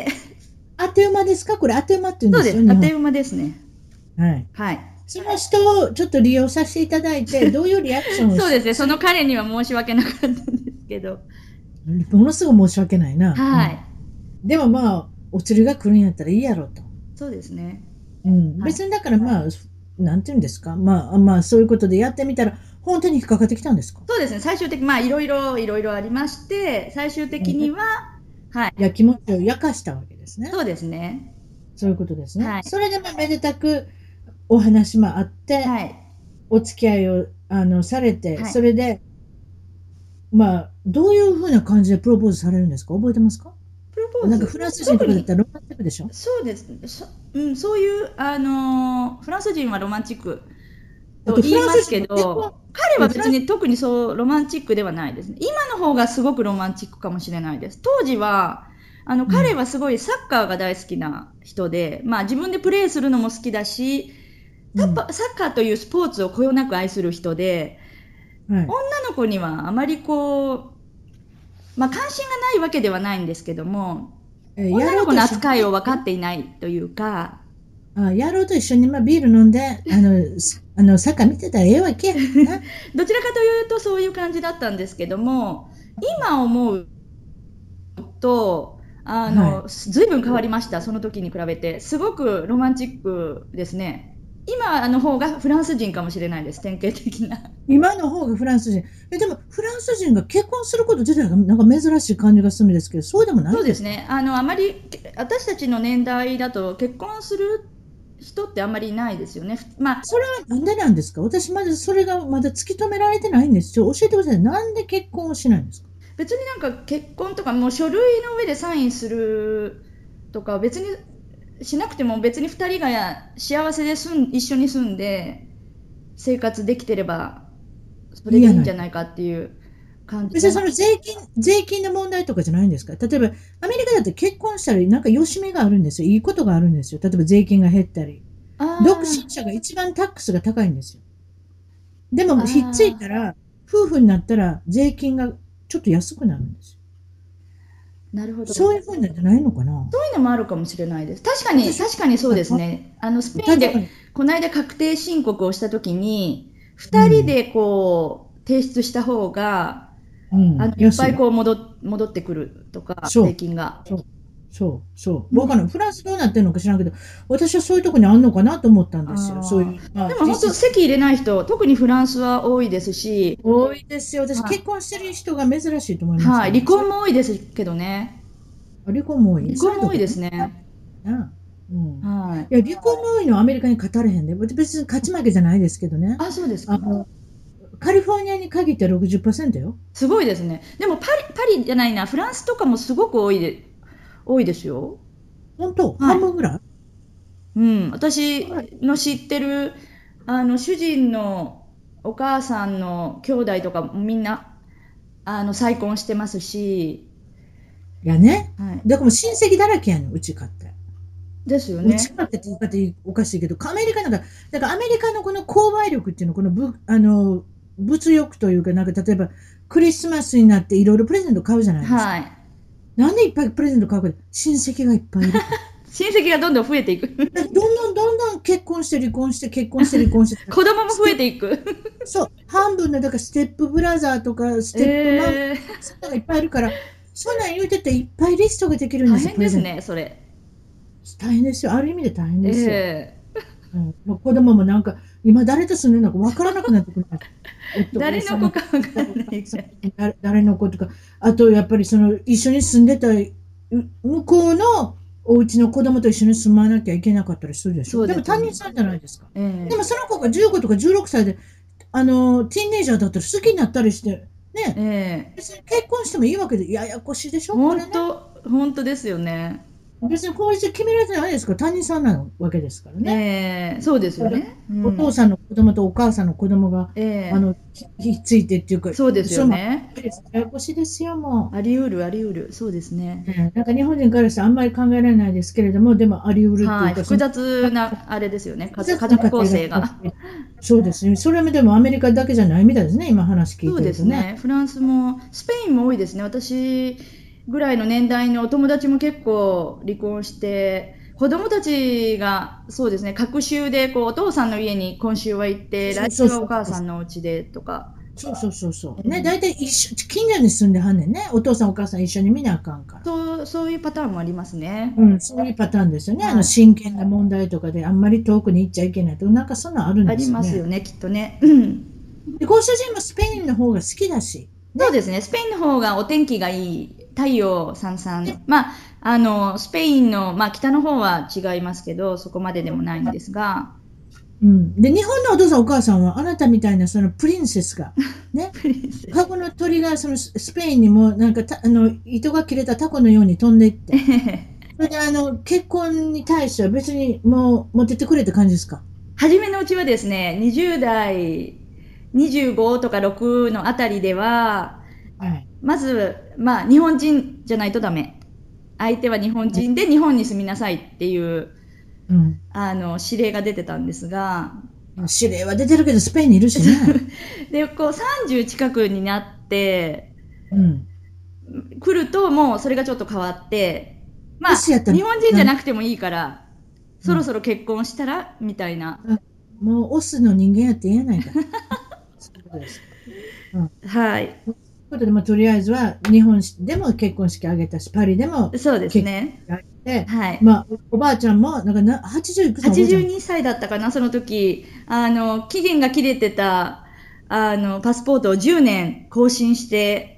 当て馬ですか、これ当て馬って言うんそうです、 ですよ、日本。 当て馬ですね。 はい。 はい。 その人をちょっと利用させていただいて、どういうリアクションをそうですね、その彼には申し訳なかったんですけど。 ものすごい申し訳ないな。 はい。 でもまあ、お釣りが来るんやったらいいやろと。 そうですね。はい。 別にだからまあ、なんていうんですか、まあ、そういうことでやってみたら、本当に引っかかってきたんですか？ そうですね、最終的に、まあ、いろいろありまして、最終的には、はい。 気持ちを焼かしたわけですね。 そうですね。 そういうことですね。 はい。 それでまあ、めでたくお話もあって、 はい。 お付き合いをされて、 はい。 それで、まあ、どういうふうな感じでプロポーズされるんですか？覚えてますか？ プロポーなんかフランズ、 ス人と特に、 かだったらロマンティックでしょ？ そうですね、そういう、フランス人はロマンチックあとフと言いますランス人けど、 も結婚、 彼はフランス、 別に特にそうロマンチックではないですね。今の方がすごくロマンチックかもしれないです。当時は、彼はすごいサッカーが大好きな人で、まあ自分でプレーするのも好きだし、サッカーというスポーツをこよなく愛する人で、 はい。 女の子にはあまりこう、まあ関心がないわけではないんですけども、 や女の子のろうと一緒扱いを分かに、 っていないというか、 やろうと一緒に、まあ、ビール飲んで、サッカー見てたらええわけや。な。 どちらかというとそういう感じだったんですけども、今思うと、 はい。 ずいぶん変わりました、その時に比べて。すごくロマンチックですね。今の方がフランス人かもしれないです、典型的な。 今の方がフランス人。でも、フランス人が結婚すること自体がなんか珍しい感じがするんですけど、そうでもないんですか？ そうですね。あまり、私たちの年代だと結婚する人ってあんまりいないですよね。まあ、 それはなんでなんですか？私まだそれがまだ突き止められてないんですよ。教えてください。なんで結婚をしないんですか？ 別になんか結婚とかもう書類の上でサインするとか別にしなくても別に2人が幸せで一緒に住んで生活できてればそれでいいんいいやない。 じゃないかっていう感じ別にその税金の問題とかじゃないんですか？例えば、アメリカだって結婚したらなんかよしみがあるんですよ。いいことがあるんですよ。例えば税金が減ったり。独身あ者が一番タックスが高いんですよ。であ、 も、ひっついああ、 たら、夫婦になったら税金がちょっと安くなるんですよ。 なるほど。 そういうふうなんじゃないのかな？ そういうのもあるかもしれないです。 私は、 確かにそうですね。スペインで例えば、 この間確定申告をしたときに、2人うん、 でこう提出した方がいっぱ安い。 いこう戻ってくるとか、 そう、 税金が。 そう、そう。 うん、 わからん。フランスどうなってるのか知らんけど、私はそういうところにあんのかなと思ったんですよ。そういう、まあ、 でも本当、 実質。 籍入れない人、特にフランスは多いですし、 多いですよ。私、 は結婚してる人が珍しいと思いい、はい、 ますけどね。 離婚も多いですけどね。 離婚も多い。 離それどこで婚も多いですね。 な。 はい。 いや、離婚も多いのはアメリカに勝たれへんで、別に勝ち負けじゃないですけどね。 あ、そうですか。 あの、カリフォルニアに限って60%よ。 すごいですね。でもパリじゃないな、フランスとかもすごく多いですよ。 本当はい。 半分ぐらい。 うん。私はい。 の知ってる、主人のお母さんの兄弟とかもみんな、再婚してますし、 いやね。 はい。 だからもう親戚だらけやねん、うちかって。 ですようちね。 かってって言い方おかしいけど、アメリカなんか、だからアメリカのこの購買力っていうの、この物欲というか、なんか例えばクリスマスになっていろいろプレゼント買うじゃないですか。 はい。 なんでいっぱいプレゼント買うか、親戚がいっぱいいるから。 親戚がどんどん増えていく。 どんどん結婚して離婚して結婚して離婚して、 子供も増えステていく。 そう、半分の、だからステップブラザーとか、ステップマン、 えそういうのがいっぱいいるから、そんなん言うてていっぱいリストができるんで大すよ、プレゼント。 変ですね、それ。 大変ですよ。ある意味で大変ですよ。 ええ、 もう子供もなんか、今誰と住んでるのかわからなくなってくる。 誰の子その、 かわかんないぐらい。 誰の子とか、あとやっぱりその、一緒に住んでた向こうのお家の子供と一緒に住まなきゃいけなかったりするでしょ。でもそうですよね。 他人さんじゃないですか。でえもその子が15とか16歳で、ティーンエイジャーだったら好きになったりして、 えね、 ええ別に結婚してもいいわけで、ややこしいでしょ、これね。 本当ですよね。 別に法律で決められてないですから、他人さんなわけですからね。 そうですよね。うお父ん。 さんの子供とお母さんの子供が、 ええひっついてっていうか、 そうですよそれもね。 ややこしいですよ、もあり得る、あり得る。そうですね。 う。なんか日本人からしたらあんまり考えられないですけれども、でもあり得るっていはい。 うか、 複雑な、あれですよね。 複雑家族構な家庭成が。 が。そうですね。それもでもアメリカだけじゃないみたいですね、今話聞いそうてるとね。 ですね。フランスも、スペインも多いですね。私ぐらいの年代のお友達も結構離婚して、子供たちが、そうですね、隔週で、こう、お父さんの家に今週は行って、来週はおそうそうそう母さんのお家でとか。 そう。ね、大体近所に住んではんねんね。お父さんお母さん一緒に見なあかんから。 そういうパターンもありますね。 そういうパターンですよね。 はい。 真剣な問題とかであんまり遠くに行っちゃいけないとか、なんかそんなのあるんありですよね。 ますよね、きっとね。うん。 で、ご主人もスペインの方が好きだし、ね。 そうですね。スペインの方がお天気がいい。太陽さんさん。 で、 まあ、スペインの、まあ、北の方は違いますけど、そこまででもないんですが、 で、日本のお父さんお母さんはあなたみたいなそのプリンセスが、ね、 プリンセス。 カゴの鳥がそのスペインにもなんか糸が切れたタコのように飛んでいって、それで結婚に対しては別にもう持ってってくれって感じですか？ 初めのうちはですね、20代、25とか6のあたりでは、 はい。 まず、まあ、日本人じゃないとダメ。相手は日本人で日本に住みなさいっていう、 うん。 指令が出てたんですが、 指令は出てるけどスペインにいるしね。 で、こう30近くになって、 うん。 来るともうそれがちょっと変わって、まあ、 もしやったら、 日本人じゃなくてもいいから、 うん。 そろそろ結婚したらみたいな。 もうオスの人間やって言えないから。そういうことです。 はい。 ということで、まあ、とりあえずは日本でも結婚式あげたし、パリでもそうです結婚ね。 式あげて、 はい。 まあ、おばあちゃんも、なんか80いくつのおばあちゃ 82 ん、 歳だったかな、その時、期限が切れてた、パスポートを10年更新して、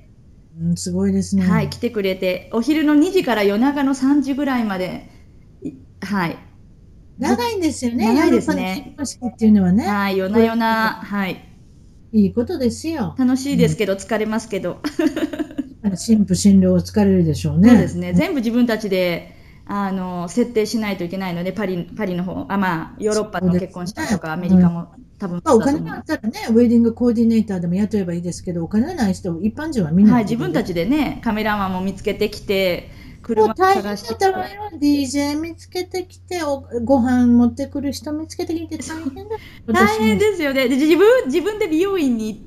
すごいですはい、 ね。 来てくれて、お昼の2時から夜中の3時ぐらいまで、はい、 長いんですよね、ヨ長いでーロッパの結すね。 婚式っていうのはね。 はい、夜なこれ、 夜な、はい。 いいことですよ。 楽しいうん。 ですけど、疲れますけど。 新婦新郎疲れるでしょうね。 そうですね。全部自分たちで、設定しないといけないので、パリの方、まあ、ヨーロッパの結そうですね。 婚式とか、アメリカも多分まあ、お金があそうだと思う。 ったらね、ウェディングコーディネーターでも雇えばいいですけど、お金がない人、一般人はみんなはい、 自分で。 自分たちでね、カメラマンも見つけてきて、車ももう大変探しだったわてきて。 よ。DJ 見つけてきて、ご飯持ってくる人見つけてきて大変だ。 大変私も。 ですよね。で、自分で美容院に行って、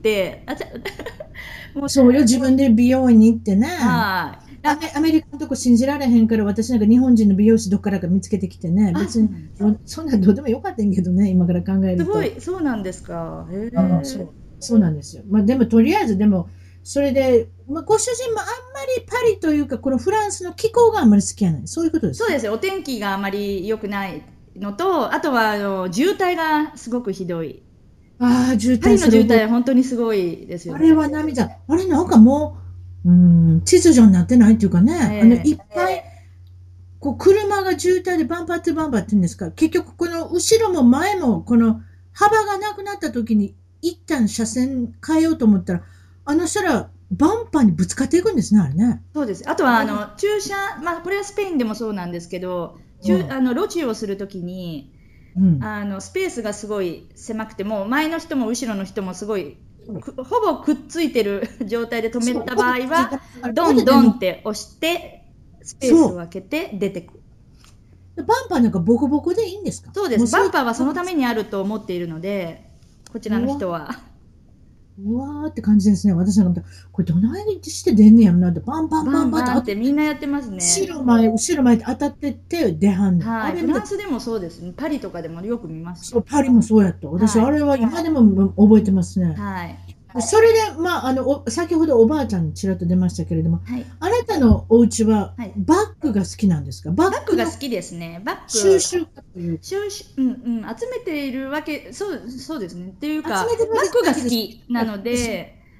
もう、 そうよ、自分で美容院に行ってね。 はい。 アメリカのとこ信じられへんから、私なんか日本人の美容師どっからか見つけてきてね、別に、 そうなんですか。 そんなんどうでもよかったんやけどね、今から考えると。 すごい、そうなんですか。へそう、 え。 そうなんですよ。まあでもとりあえず、でも、それで、まあ、ご主人もあんまりパリというか、このフランスの気候があんまり好きやない。そういうことですか？ そうですよ。お天気があまり良くないのと、あとは、渋滞がすごくひどい。 ああ、渋パリ滞、それ覚の渋滞は本当にすごいですあれよね。 は涙。あれなんかもう、秩序になってないっていうかね、いっえぱい、こう、車が渋滞でバンパーってバンパーって言うんですか、結局この後ろも前も、この幅がなくなった時に、一旦車線変えようと思ったら、人ら、バンパーにぶつかっていくんですね、あれね。 そうです。あとは、 あれ、 駐車、まあ、これはスペインでもそうなんですけど、 うん、 路地をするときに、 うん。 スペースがすごい狭くて、もう前の人も後ろの人もすごい、ほぼくっついてる状態で止めそう、 たほぼ場合は、 ついた。あれ、 ドンこれでも、 ドンって押して、スペースをそ空けて出てくる。 う。バンパーなんかボコボコでいいんですか？ そうです。 もうそういう、 バンパーはそのためにあると思っているので、こちらのうわ、 人は。 うわーって感じですね。私なんか、これどないして出んねやろなって、バンバンバンバンって、 バンバンってみんなやってますね。 後ろ前って当たってって出はんねん。 はい。フあれ見たランスでもそうですね。パリとかでもよく見ます。 そう、パリもそうやった。私、 はい。 あれは今でも覚えてますね。 はい。 でそれで、まあ、先ほどおばあちゃんにちらっと出ましたけれども、 はい。 あなたのお家ははい。 バッグが好きなんですか？バッグのバッグが好きですね。バッグ、 収集家というか、 集めているわけ、そうですね。っていう集か、 めてるわけじバッグが好ゃないけど、 きなのしで、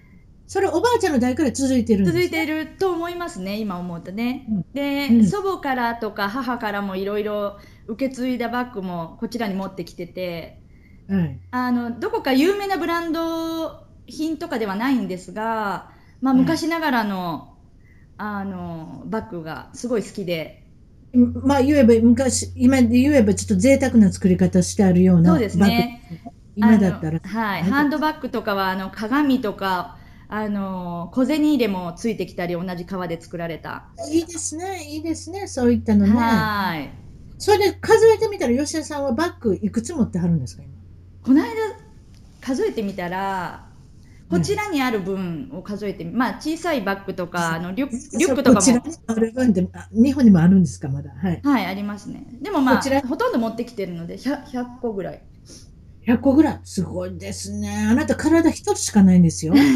それおばあちゃんの代から続いてるん続ですか？ いていると思いますね、今思うとね。 うん。 で、 うん。 祖母からとか母からもいろいろ受け継いだバッグもこちらに持ってきてて、 はい。 どこか有名なブランド品とかではないんですが、まあ、 はい。 昔ながらの、バッグがすごい好きで、 まあ、言えば、昔、今で言えば、ちょっと贅沢な作り方してあるようそうですなバッグでね。 すね。今だったら、 はい、 ないかもしハンドバッグとかは鏡とか小銭入れもついてきたり、同じ革で作られた。 れない。いいですね。いいですね。そういったのね。 はい。 それで数えてみたら、吉田さんはバッグいくつ持ってはるんですか、今。 この間数えてみたら、こはい。 ちらにある分を数えてみ、まあ小さいバッグとかリュックとこちらにかも、 ある分で、日本にもあるんですか、まだ。はい。 はい、ありますね。でもこちらまあほとんど持ってきてるので100個ぐらい。 100個ぐらい。すごいですね。あなた体一つしかないんですよ。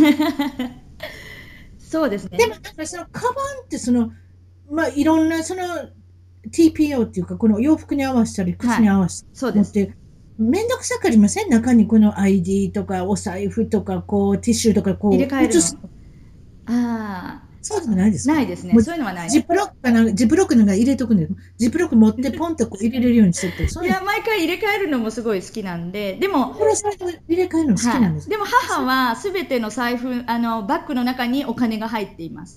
そうですね。 でもなんかそのカバンってまあいろんなTPO っていうかこの洋服に合わせたり靴はい。 に合わせたりそうです。 持って、めんどくさくありません？中にこの ID とかお財布とかこうティッシュとか入れこ替えるの。 う移す。 ああ、 そうでもないですか？ ないですね。 もうそういうのはないです。 ジップロックかな、ジップロックなんか入れとくんです。ジップロック持ってポンとこう入れれるようにしてるとか、そういうの。 いや、毎回入れ替えるのもすごい好きなんで、でも、 これそれと入れ替えるの好きはい。 なんですか？ でも母はすべての財布、バッグの中にお金が入っています。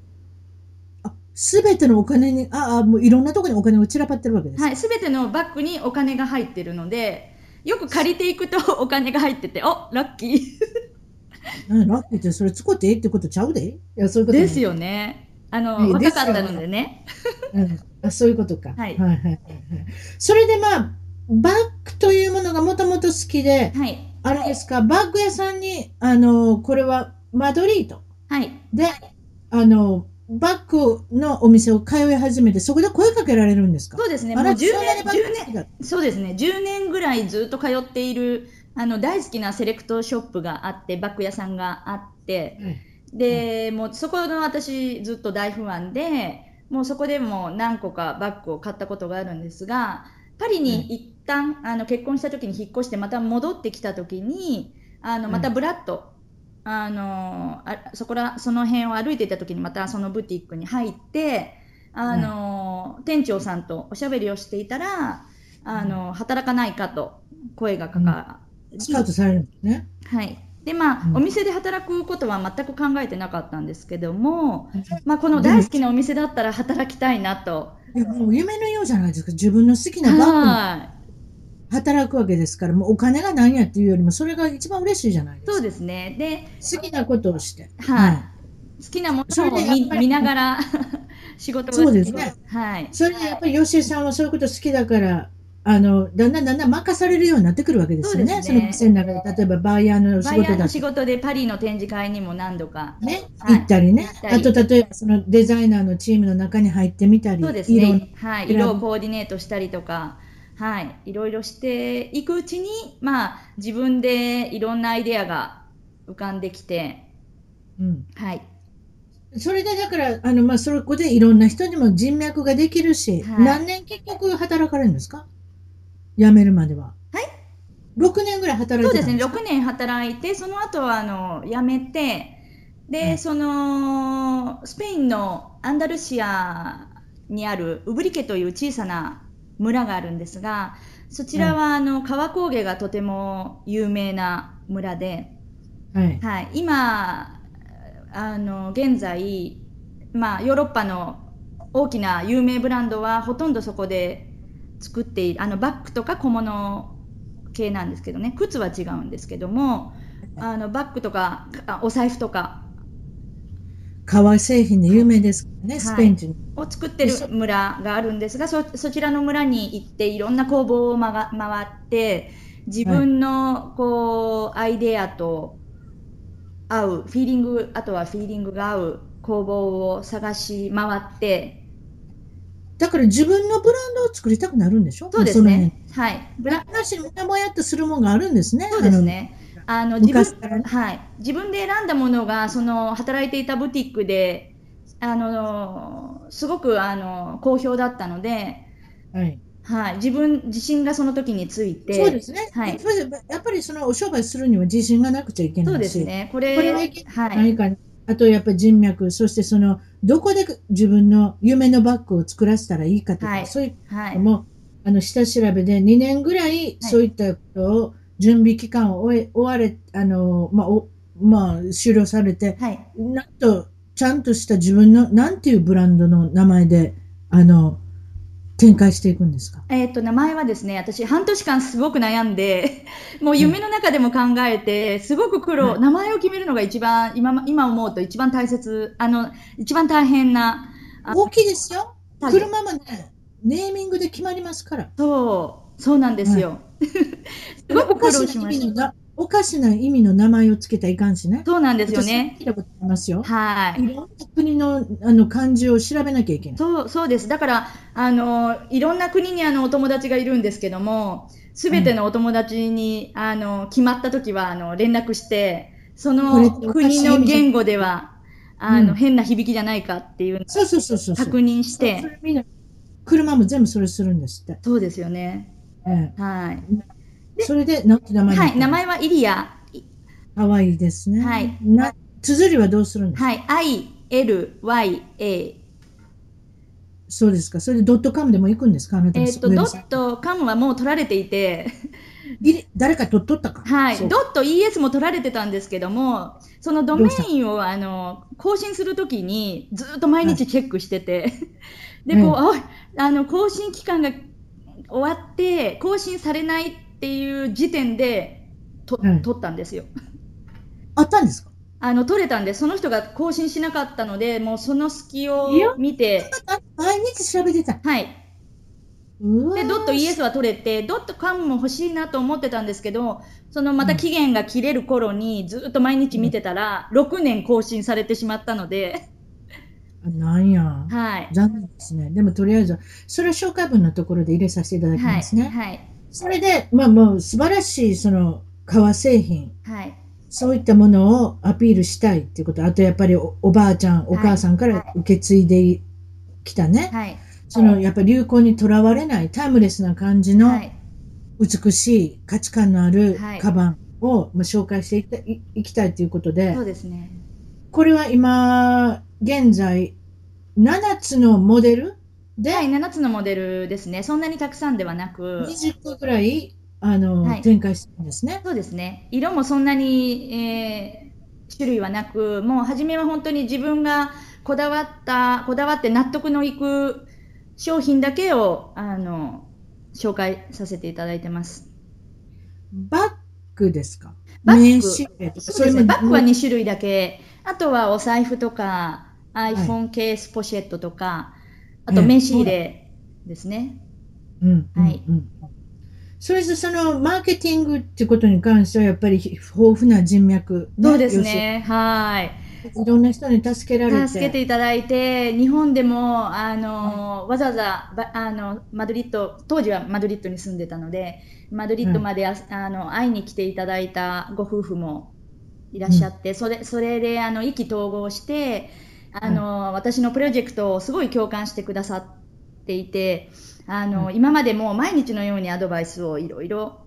すべてのお金に、もういろんなところにお金が散らばってるわけですはい。 か？ すべてのバッグにお金が入ってるので、よく借りていくとお金が入ってて、お、ラッキー。 ラッキーってそれ使っていいってことちゃうで。いや、そういうことですない。 よね。 で若かったのすよね。 でね。 うん。そういうことか。 はい。 はいはいはいはい。それでまあ、バッグというものがもともと好きで、 はい。 あれですか、バッグ屋さんに、これはマドリードはい。 で、バッグのお店を通い始めて、そこで声かけられるんですか？ そうですね。 あなたもう10年、 そんなにバッグ好きだ。 年、そうですね。10年ぐらいずっと通っている、大好きなセレクトショップがあって、バッグ屋さんがあって、 はい。はい。 で、もうそこの私ずっと大ファンで、もうそこでも何個かバッグを買ったことがあるんですが、パリにはい。 一旦結婚した時に引っ越してまた戻ってきた時に、またはい。 ブラッと、その辺を歩いていた時にまたそのブティックに入って、 はい。 店長さんとおしゃべりをしていたら、 はい。 働かないかと声がかうん。 かスカウトり、 されるんですね。 はい。で、まあ、おうん。 店で働くことは全く考えてなかったんですけども、まあ、このでも、 大好きなお店だったら働きたいなと。 いやもう夢のようじゃないですか。自分の好きなバッグのはい。 働くわけですから、もうお金が何やっていうよりも、それが一番嬉しいじゃないでそうすか。 ですね。で、 好きなことをして。はい。 はい。好きなもそれのをでやっぱり、 見ながら仕事が好きで。 そうですね。 はい。 それでやっぱり吉江さんはそういうこと好きだから、だんだんだんだん任されるようになってくるわけでそうですすよね。その店ね。 の中で、例えばバイヤーの仕バイヤーの事だったり仕事でパリの展示会にも何度か、 ね、 はい、 行ったりね。あと、 行ったり。 例えばそのデザイナーのチームの中に入ってみたそうり、色のですね。はい。色を選ぶ。 コーディネートしたりとか、はい。いろいろしていくうちに、まあ、自分でいろんなアイデアが浮かんできて、 うん。 はい。 それでだから、まあ、そこでいろんな人にも人脈ができるし、 はい。 何年結局働かれるんですか？辞めるまでは。 はい。 6年ぐらい働いそうですね。 てたんですか？ 6年働いて、その後は、辞めて、で、 はい。 スペインのアンダルシアにあるウブリケという小さな村があるんですが、そちはい。 らは、川工芸がとても有名な村で、 はい。 はい、今現在、まあ、ヨーロッパの大きな有名ブランドはほとんどそこで作っているバッグとか小物系なんですけどね、靴は違うんですけども、バッグとかお財布とか、 革製品で有はい、 名ですからね、スはい、 ペイン人。 を作ってで、 る村があるんですが、そちらの村に行っていろんな工房を回って自はい。 分のこうアイデアと合うフィーリング、あとはフィーリングが合う工房を探し回って、 だから自分のブランドを作りたくなるんでしょ？ そうもうその辺。 ですね、はい、 話にもやもやっとするもんがあるんですね。 そうですね、 昔からね。 はい、自分で選んだものがその働いていたブティックですごく好評だったので、 はい。 はい、自信がその時について、 そうですね。 はい、 やっぱりそのお商売するには自信がなくちゃいけそうないし、 ですね。 これはいけはい、 ないかな。あとやっぱり人脈、そしてその、どこで自分の夢のバッグを作らせたらいいかとか、 はい、 そういうはい、 のも、下調べで2年ぐらいはい、 そういったことを、準備期間を終われ、終了されて、 はい。 なんと、ちゃんとした自分の、なんていうブランドの名前で、あの、展開していくんですか？ 名前はですね、私、半年間すごく悩んで、もうはい。 夢の中でも考えて、すごくはい。 名前を決めるのが今思うと一番一番大変な大きいですよ。 作業。 車もね、ネーミングで決まりますから。 そうなんですはい。 よ。すで、 ごく苦労しました。 おかしな意味の名前をつけたらいかんしね。 そうなんですよ私、それ聞いね。 たことありますよ。 はい。 いろんな国の、漢字を調べなきゃいけない。 そうです。だから、いろんな国にお友達がいるんですけども、すべてはい。 のお友達に、決まったときは、連絡して、そこれっのておか国しい意味じゃないの言語でか。 は、 うん。 変な響きじゃないかっていうのをそうそうそうそうそう。 確認しそれて、 みんな、車も全部それするんですって。 そうですよね。 ええ。 はい。 そで、 れで、なんて名前になはい、 ったんですか？ 名前はイリア。 かわいいですはい。 ね。綴りはどうするんですか？ はい。ILYA。 そうですか。それでドットカムでも行くんですか？あなたのウェドブサイト。 ットカムはもう取られていて、 誰か取ったか。 はい、 そうか。 ドット ES も取られてたんですけども、そのドメどうしたの？ インを更新するときにずっと毎はい。 日チェックしてて、で、 ええ。 更新期間が終わって、更新されないっていう時点ではい。 取ったんですよ。 あったんですか？ 取れたんで、その人が更新しなかったので、もうその隙いや、 を見て、 毎日調べてた。 はい。 うで、ドットわー、 ES は取れて、ドットカムも欲しいなと思ってたんですけど、そのまうん。 た期限が切れる頃にずっと毎日見うん。 てたら、6年更新されてしまったので、 なんや。 はい。 残念ですね。でもとりあえず、それを紹介文のところで入れさせていただきはい。 ますね。 はい。 それで、まあもう素晴らしいその革製品、 はい。 そういったものをアピールしたいっていうこと、あとやっぱりおばあちゃん、おはい。 母さんから受け継いできたね、 はい。 そのやっぱり流行にとらわれないタイムレスな感じのはい。 美しい価値観のあるはい。 カバンを紹介していきたいということで、 そうですね。 これは今現在7つのモデルはい。 で 7つのモデルですね。そんなにたくさんではなく、 20個ぐらいはい。 展開してるんですね。 そうですね。色もそんなに、種類はなく、もう初めは本当に自分がこだわって納得のいく商品だけを、紹介させていただいてます。 バッグですか？ バッ名刺グ、 入れとか、それそうですね。バッグはも、 2種類だけ。あとはお財布とか、 はい。 iPhone ケースポシェットとか、あええ。 と名刺入れですね。 うんうはい。 んうん。それでそのマーケティングっていうことに関してはやっぱり豊富な人脈そうでね、要するすね。はい。 にいろんな人に助けられ助けてて、 いただいて、日本でも、 はい、 わざわざ、マドリッド、当時はマドリッドに住んでたので、マドリッはい、 ドまで会いに来ていただいたご夫婦もいらっうん、 しゃって、それで、意気投合して、 はい、 私のプロジェクトをすごい共感してくださっていて、 はい。 今までも毎日のようにアドバイスをいろいろ、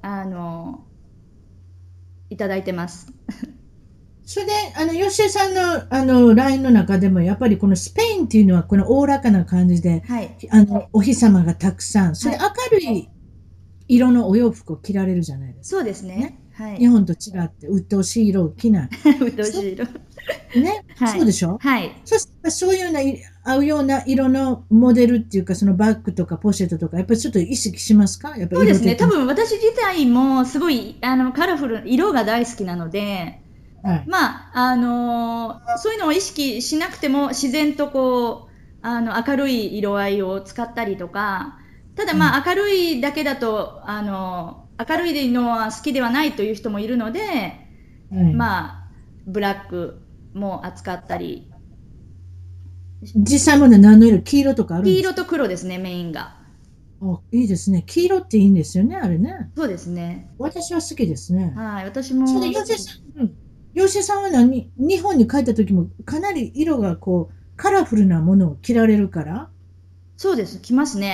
いただいてます。 それで、吉江さんの、LINE の中でも、やっぱりこのスペインっていうのは、このおおらかな感じで、 はい。 お日様がたくさん、それではい。 明るい色のお洋服を着られるじゃないですそうか。 ですね。 ね。 はい。 日本と違って、鬱陶しい色を着ない。 うっとうそしい色。 ね、 はい。 そうでしょ？ はい。 そういうような、合うような色のモデルっていうか、そのバッグとかポシェットとか、やっぱりちょっと意識しますか？やっぱりそうですね。 色的に。 多分私自体もすごい、カラフル、色が大好きなので、 はい。 まあ、そういうのを意識しなくても自然とこう、明るい色合いを使ったりとか、ただうん。 まあ、明るいだけだと、明るいのは好きではないという人もいるので、 はい。 まあ、ブラックも扱ったり、 実際まだ何の色、黄色とかあるん黄色とですか？ 黒ですね、メインが。 あ、いいですね。黄色っていいんですよね、あれね。 そうですね。 私は好きですね。 はい、私それで、 も好き。 吉江さんは日本に帰った時もかなり色がこう、カラフルなものを着られるから、 そうです、来ますね。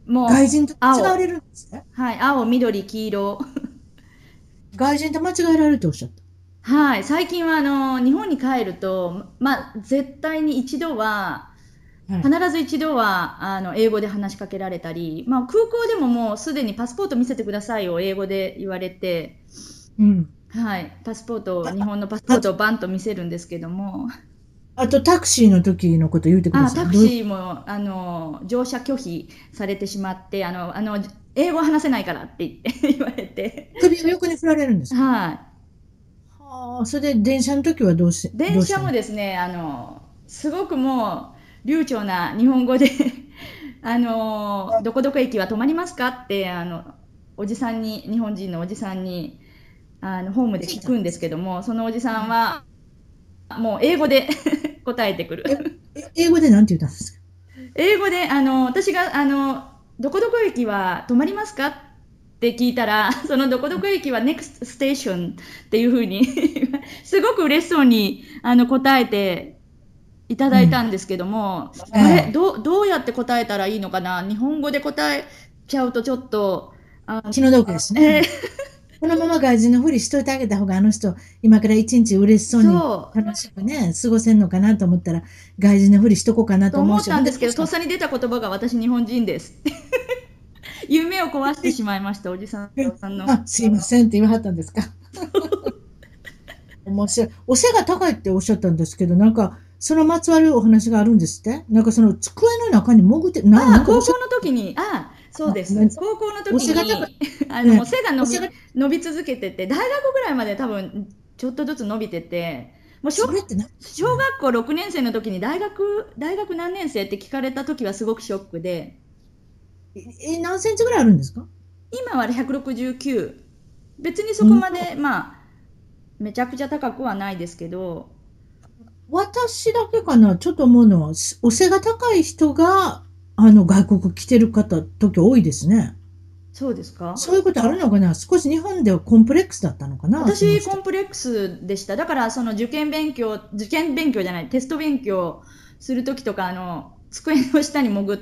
もう、 外人と間違われるんですね。 はい、青、緑、黄色。 外人と間違えられるっておっしゃった。 はい、最近は日本に帰ると、まあ、絶対に一度は、 はい。 必ず一度は英語で話しかけられたり、まあ、空港でももうすでにパスポート見せてくださいを英語で言われて、 うん。 はい、パスポート、 あ、 日本のパスポーあ、 トをバンと見せるんですけども、 あとタクシーの時のこと言ってください。 タクシーも乗車拒否されてしまって、英語話せないからって言って言われて、 首を横に振られるんですか？ はい。 はあ、それで電車の時はど電車うしたの？ もですね、すごくもう流暢な日本語でどこどこ駅は止まりますかって、おじさんに、日本人のおじさんに、ホームで聞い聞くんですたんですか？ けども、そのおじさうん。 んは、もう英語で答えてくる。 え、英語でなんて言ったんですか？ 英語で、私が、どこどこ駅は止まりますかって聞いたら、そのどこどこ駅は NEXT station っていうふうにすごく嬉しそうに、答えていただいたうん。 んですけども、あれ、 ええ。 どうやって答えたらいいのかな、日本語で答えちゃうとちょっと、あ、 気の毒ですね。このまま外人のふりしといてあげた方が、あの人、今から一日嬉しそうにそう、 楽しくね、過ごせんのかなと思ったら、外人のふりしとこうかなと思っと思うし、ほんでたんですけど、 どうしたの？ とっさに出た言葉が私日本人です。夢を壊してしまいました、おじさんの。 あ、すいませんって言わはったんですか？面白い。お背が高いっておっしゃったんですけど、なんか、そのまつわるお話があるんですって？なんかその机の中に潜って、なんかお背、 高校の時に、そうです。 あ、 高校のお時背が高い。 に、もうね、 背がお背が、 伸び続けてて、大学ぐらいまで多分、ちょっとずつ伸びてて、もうそれって何です小ね。 学校6年生の時に大学何年生って聞かれた時はすごくショックで、 何センチぐらいあるんですか？ 今は169。別にそうん。 こまで、まあ、めちゃくちゃ高くはないですけど、 私だけかな、ちょっと思うのは、お背が高い人が、外国来てる方、時多いですね。 そうですか？ そういうことあるのかな？少し日本ではコンプレックスだったのかな、その私、コ人。 ンプレックスでした。だから、その受験勉強じゃない、テスト勉強するときとか、机の下に潜って、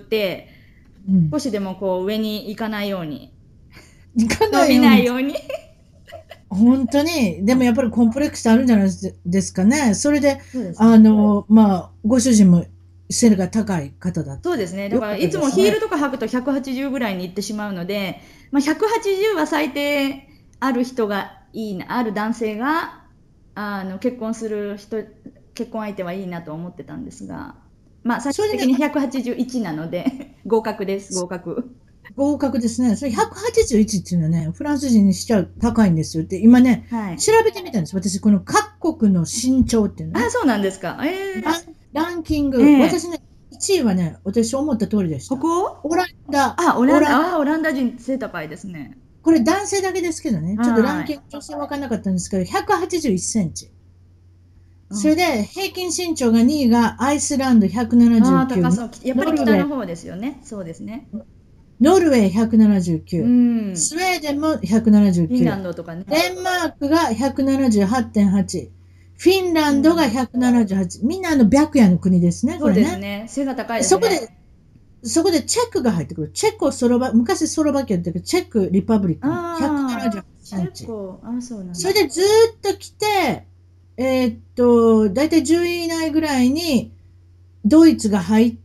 うん。 少しでもこう上に行かないように、 行か伸びないように。 ないように。 本当に、でもやっぱりコンプレックスあるんじゃないですかね。それで、 そうですね。 ご主人も背が高い方だっそうですね。だてよかったからいつですね。 もヒールとか履くと180ぐらいに行ってしまうので、まあ、180は最低ある人がいいな、ある男性が結婚相手はいいなと思ってたんですが、まあ最それでね、 終的に181なので合格です、合格。 合格ですね。それ181っていうのはね、フランス人にしちゃ高いんですよって、今ね、 はい。 調べてみたんです。私、この各国の身長っていうのね。 そうなんですか。 ランキンえグ。私え、 ね、1位はね、私思った通りでした。 北欧。 オランダ、 オランダ、 オランオランダ人背高いですね。 これ男性だけですけどね、ちょっとランはい。 キング女性分からなかったんですけど、181センチ。 うん。 それで、平均身長が2位がアイスランド179、 高そう。やっぱり北の方ですよね。そうですね。 ノルウェーう 179、 ん。 スウェーデンもフィンラ 179、 ンドとかね。 デンマークが178.8、フィンランドがうん。 178、みんな白夜の国ですね、 そうこれね。 ですね。背が高いですね。 そこで、そこでチェックが入ってくる。チェコ昔スロバキアだったけど、チェックリパブリカン、178センチ。 結構、そうなんだ。 それでずーっと来て、だいたい10位以内ぐらいに、ドイツが入って、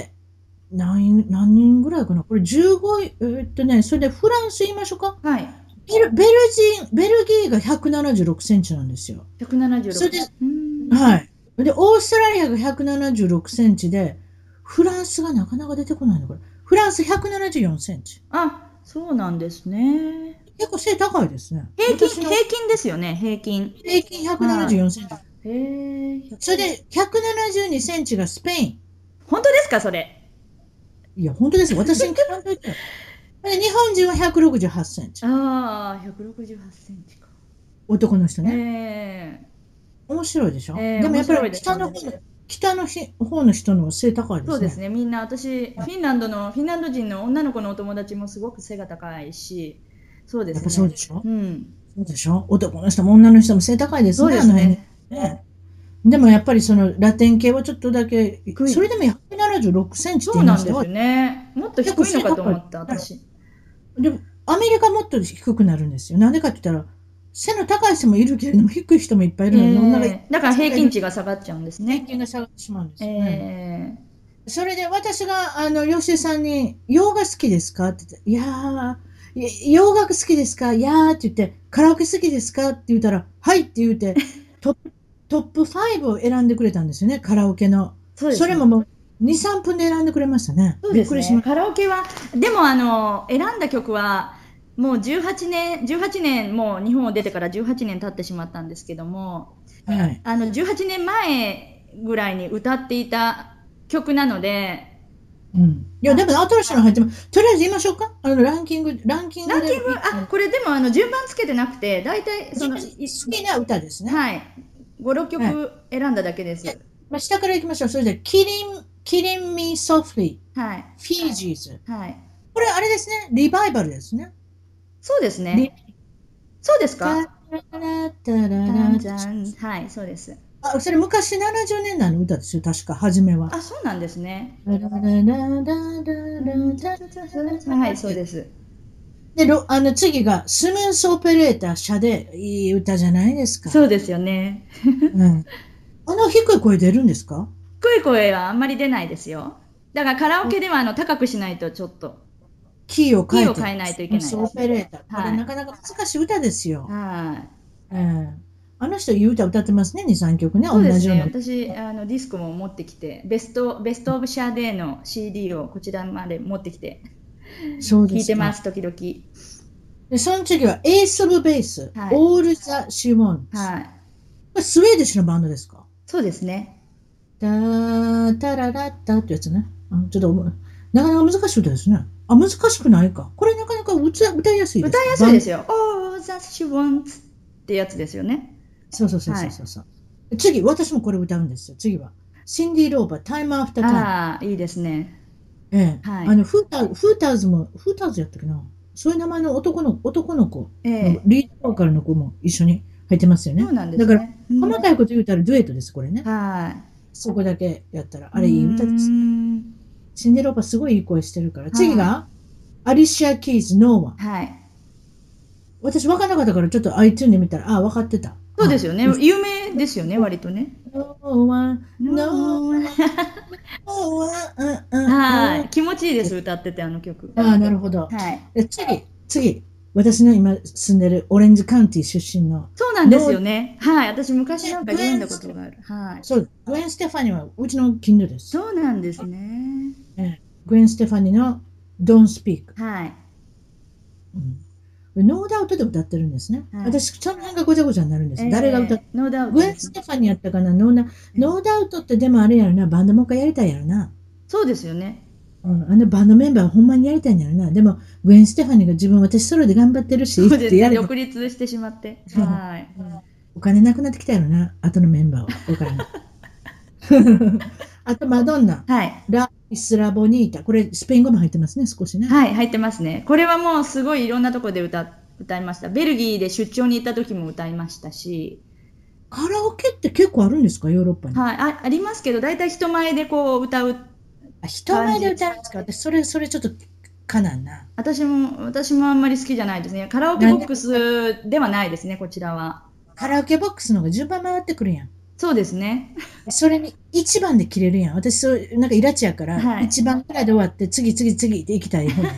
何人ぐらいかなこれ15位、それでフランス言いましょうか。 はい。 ベルギーが176センチなんですよ。それ 176。 で、 うん。 はい。で、オーストラリアが176センチで、フランスがなかなか出てこないの、これ。フランス174センチ。 そうなんですね。 結構背高いですね。私の平均ですよね、平均。 平均174 はセンチ。 い。へえ、 それで、172センチがスペイン。 本当ですか、それ？ いや、本当ですよ。私に聞かんといてよ。で日本人は168センチ。 168センチか。 男の人えね。 え、 面白いでしょ？でもやっぱり面白いですね。 北の方の人の背高いですね。 そうですね、みんな、フィンランド人の女の子のお友達もすごく背が高いし、そうでやっぱそうすね。 でしょ？ うん。 そうでしょ？男の人も女の人も背高いですそうね、 ですね。 ね。でもやっぱりそのラテン系はちょっとだけ、 低い。 それでも176センチってそうなんです言いましたわ。 よね。 もっと低いのかと思った、私。 でも、アメリカもっと低くなるんですよ。なんでかって言ったら、背の高い人もいるけれども、低い人もいっぱいいるので、 だから平均値が下がっちゃうんです平ね。 均が下がってしまうんですよね。それで私が、吉井さんに、洋画好きですかって言って、いやー、洋楽好きですかいやーって言って、カラオケ好きですかって言ったら、はいって言って、トップ5を選んでくれたんですよね、カラオケの。 そうですね。 それももう、2、3分で選んでくれましたね。 そうですね。カラオケは、でも選んだ曲は、もう18年、もう日本を出てから18年経ってしまったんですけども、 はい、 18年前ぐらいに歌っていた曲なので、 うん。いや、でも新しいの入ってます。とりあえず言いましょうか。ランキングで。 これでも順番つけてなくて、大体好きな歌ですね。 はい。5、6曲選んだだけです。 まあ、下から行きましょう。それで、Killing Me Softly。 はい。 フィージーズ。 はい。 これあれですね。リバイバルですね。 そうですね。そうですか？はい、そうです。 それ昔70年代の歌ですよ。確か、初めは。 あ、そうなんですね。はい、そうです。 で、次が、スムースオペレーター、シャデ。いい歌じゃないですか。 そうですよね。 うん。低い声出るんですか？ 低い声はあんまり出ないですよ。だからカラオケでは高くしないとちょっと。 キーを変えないといけない。 オペレーター。これなかなか難しい歌ですよ。 はい。 あの人いい歌歌ってますね、2、3曲ね。 そうですね。私、ディスコも持ってきて、ベストオブシャーデーの CD をこちらまで持ってきて、聴いてます、時々。 で、その次は、エース・オブ・ベース、オール・ザ・シモン。 はい。 これスウェーディッシュのバンドですか？ そうですね。 タララッタってやつね。ちょっと、なかなか難しい歌ですね。難しくないか。これなかなか歌いやすいです。 歌いやすいですよ。All that she wants ってやつですよね。 そう。次、私もこれ歌うんですよ。次は。シンディ・ローバー、タイム・アフター・タイム。 ああ、いいですね。 フーターズやったっけな。そういう名前の男の子、リードボーカルの子も一緒に入ってますよね。 そうなんですね。 だから、細かいこと言うたらデュエットです、これね。 はい。 そこだけやったら、あれいい歌です。シンディ・ローバーすごいいい声してるから。次が、アリシア・キーズ、ノーワン。 はい。 私分からなかったから、ちょっと iTunes で見たら、分かってた。 そうですよね。有名ですよね、割とね。はい。気持ちいいです、歌ってて、あの曲。 なるほど。 はい。 次。私の今住んでるオレンジカウンティ出身の。 そうなんですよね。はい。私昔なんか読んだことがある。はい。 そう。グエン・ステファニーはうちの近所です。 そうなんですね。 グエン・ステファニーの Don't Speak。 はい。 ノーダウトで歌ってるんですね。私、その辺がごちゃごちゃになるんです。誰が歌ってノーダウト。 グエン・ステファニーやったかな。ノーダウトってでもあれやろな。バンドもう一回やりたいやろな。 そうですよね。 バンドメンバーはほんまにやりたいんやろな。でも、グエン・ステファニーが私ソロで頑張ってるし、 そうですね。独立してしまって。はい。 お金なくなってきたやろな。後のメンバーは。わからない。あと、マドンナ。 はい。 ラ・イスラ・ボニータ。これ、スペイン語も入ってますね、少しね。 はい、入ってますね。これはもうすごいいろんなところで歌いました。ベルギーで出張に行った時も歌いましたし。 カラオケって結構あるんですか、ヨーロッパに。 はい、ありますけど、大体人前でこう歌う。 人前で歌うんですか？私、それちょっとかなんな。 私もあんまり好きじゃないですね。カラオケボックスではないですね、こちらは。 カラオケボックスの方が順番回ってくるやん。 そうですね。 それに1番で切れるやん。私、なんかイラチやから、1番くらいで終わって、次って行きたい方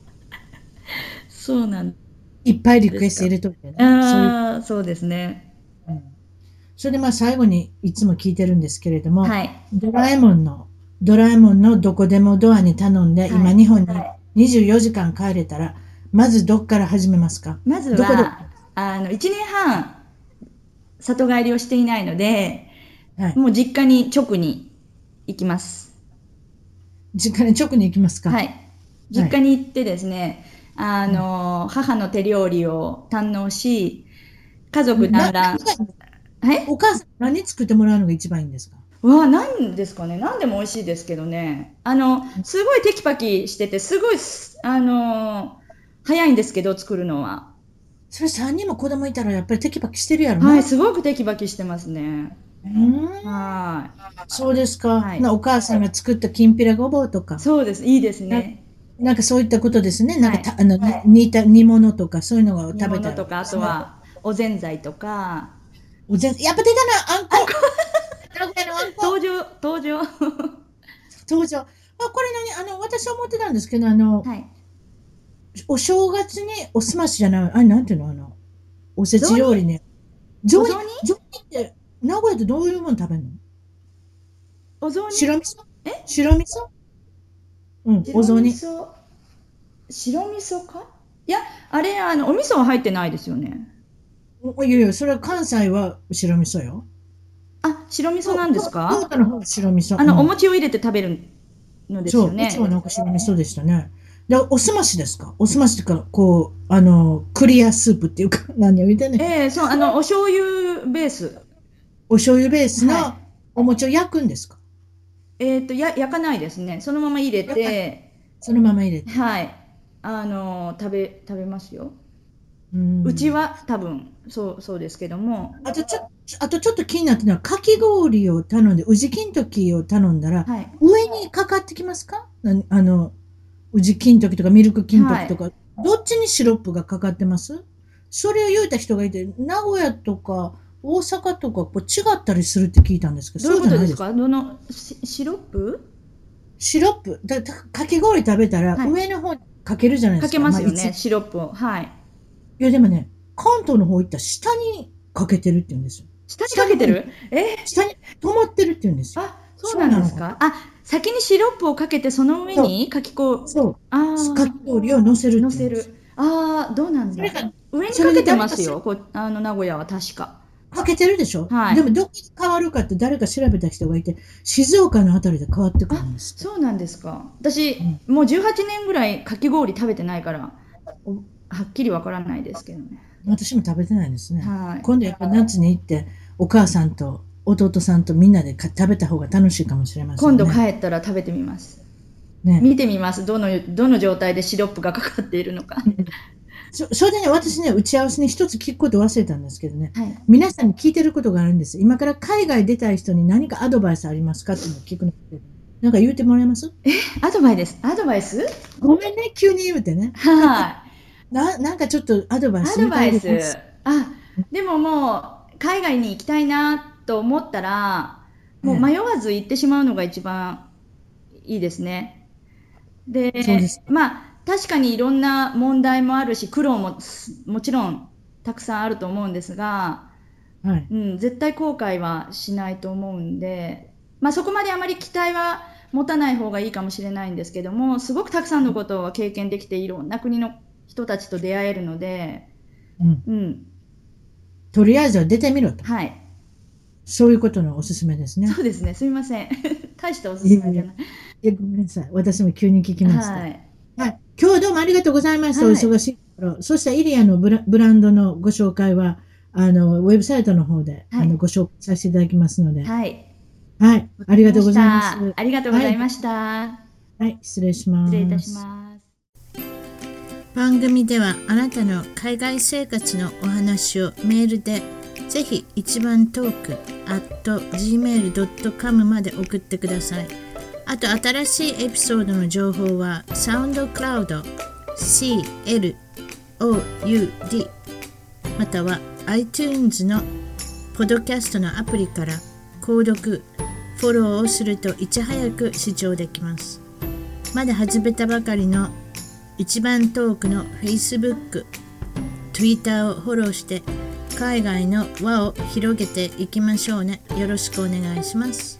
そうなんいっぱいリクエスト入れといてね。 そうですね。 それで最後にいつも聞いてるんですけれども、ドラえもんのどこでもドアに頼んで、今日本に24時間帰れたら、まずどっから始めますか？ まずは、1年半、里帰りをしていないので、もう実家に直に行きます。 実家に直に行きますか？ はい。実家に行ってですね、母の手料理を堪能し、家族団らん。 お母さん何作ってもらうのが一番いいんですか？ 何ですかね。何でも美味しいですけどね。すごいテキパキしてて、すごい、早いんですけど、作るのは。 それ3人も子供いたらやっぱりテキパキしてるやろな。 はい、すごくテキパキしてますね。 そうですか。お母さんが作ったきんぴらごぼうとか。 そうです。いいですね。 なんかそういったことですね。なんかはい。 煮物とかそういうのを煮食べたら物とか、あですね。 とはおぜんざいとか、 やっぱ出たな、あんこ。名古屋のあんこ。 登場、登場。 登場。これ私は思ってたんですけど、 はい。 お正月におすましじゃない、あれなんていうの、おせち雑煮料理ね。雑煮、 お雑煮雑煮って、名古屋ってどういうもの食べるの？ お雑煮白味噌？ え白味噌？うん、お白雑煮。 味噌、白味噌かいや、あれ、お味噌は入ってないですよね。 いやいや、それは関西は白味噌よ。 あ、白味噌なんですか？ 京都の方は白味噌。うおん。 餅を入れて食べるのですそう、うちはよね。 なんか白味噌でしたね。で、おすましですか？おすましっていうか、こう、クリアスープっていうか、何を言ってんねん。 そう、お醤油ベース。 お醤油ベースはい。 のお餅を焼くんですか？ 焼かないですね。そのまま入れ焼かない。 て、 そのまま入れて。 はい。食べますよ。 うん。 うちは多分、そうですけども、 あとちょっと気になってるのは、かき氷を頼んで、宇治金時を頼んだら、 はい。 上にかかってきますか？宇治金時とかミルク金はい。 時とか、どっちにシロップがかかってます？それを言うた人がいて、名古屋とか大阪とかこう違ったりするって聞いたんですけど、 どういうそうじゃないです。 ことですか？シロップシロップ、かき氷食べたらはい。 上の方にかけるじゃないでかけすか。まあ、 ますよね、シロップを。はい。 いやでもね、関東の方行ったら下にかけてるって言うんですよ。 下にか下の方に、 けてる下に止まってるって言うんですよ。 そうなんそうなのか。 ですか？先にシロップをかけて、その上そう、 にそう。かあき氷を乗せるって言うんですよ。 乗せる。どうなんだ。 それが、それで上にかけてますよ、名古屋は確か。 かけてるでしょ？ はい。 でもどこで変わるかって誰か調べた人がいて、静岡のあたりで変わってくるんですって。 そうなんですか。私、 うん。 もう18年ぐらいかき氷食べてないから、はっきりわからないですけどね。 私も食べてないですね。 はい。 今度やっぱ夏に行って、お母さんと弟さんとみんなで食べた方が楽しいかもしれませ今度帰んね。 ったら食べてみます。 ね。 見てみます。どの状態でシロップがかかっているのか。 うん。それでね、私ね、打ち合わせに一つ聞くこと忘れたんですけどね、 はい。 皆さんに聞いてることがあるんです。今から海外出たい人に何かアドバイスありますかっていうのを聞くので、なんか言うてもらえます？ アドバイスごめんね、急に言うてね。 はい。 なんかちょっとアドバイアスいただドバイス。 けます？ でももう、海外に行きたいなと思ったら、もうね、 迷わず行ってしまうのが一番いいですね。で、 そうですか。 まあ、確かにいろんな問題もあるし、苦労ももちろんたくさんあると思うんですが、 はい。 絶対後悔はしないと思うんで、まあ、そこまであまり期待は持たない方がいいかもしれないんですけども、すごくたくさんのことを経験できて、いろんな国の人たちと出会えるので、 うん。 うん、 とりあえずは出てみろと。 はい。 そういうことのおすすめですね。 そうですね、すみません。大したおすいやいや、 すめじゃない。 ごめんなさい。私も急に聞きました。 はい。 はい。今日はどうもありがとうございました。おはい。 忙しいところ。そしたらイリアのブランドのご紹介は、ウェブサイトの方で、 はい。 ご紹介させていただきますので。 はい。 はい。 わかりましありがとうございます。 た。ありがとうごはい。 ざいました。 はい。失礼し失礼いたします。 ます。 番組ではあなたの海外生活のお話をメールでぜひ一番トーク @gmail.com まで送ってください。あと新しいエピソードの情報はサウンドクラウド CLOUD または iTunes のポッドキャストのアプリから購読フォローをするといち早く視聴できます。まだ始めたばかりの一番トークの Facebook、Twitter をフォローして海外の輪を広げていきましょうね。よろしくお願いします。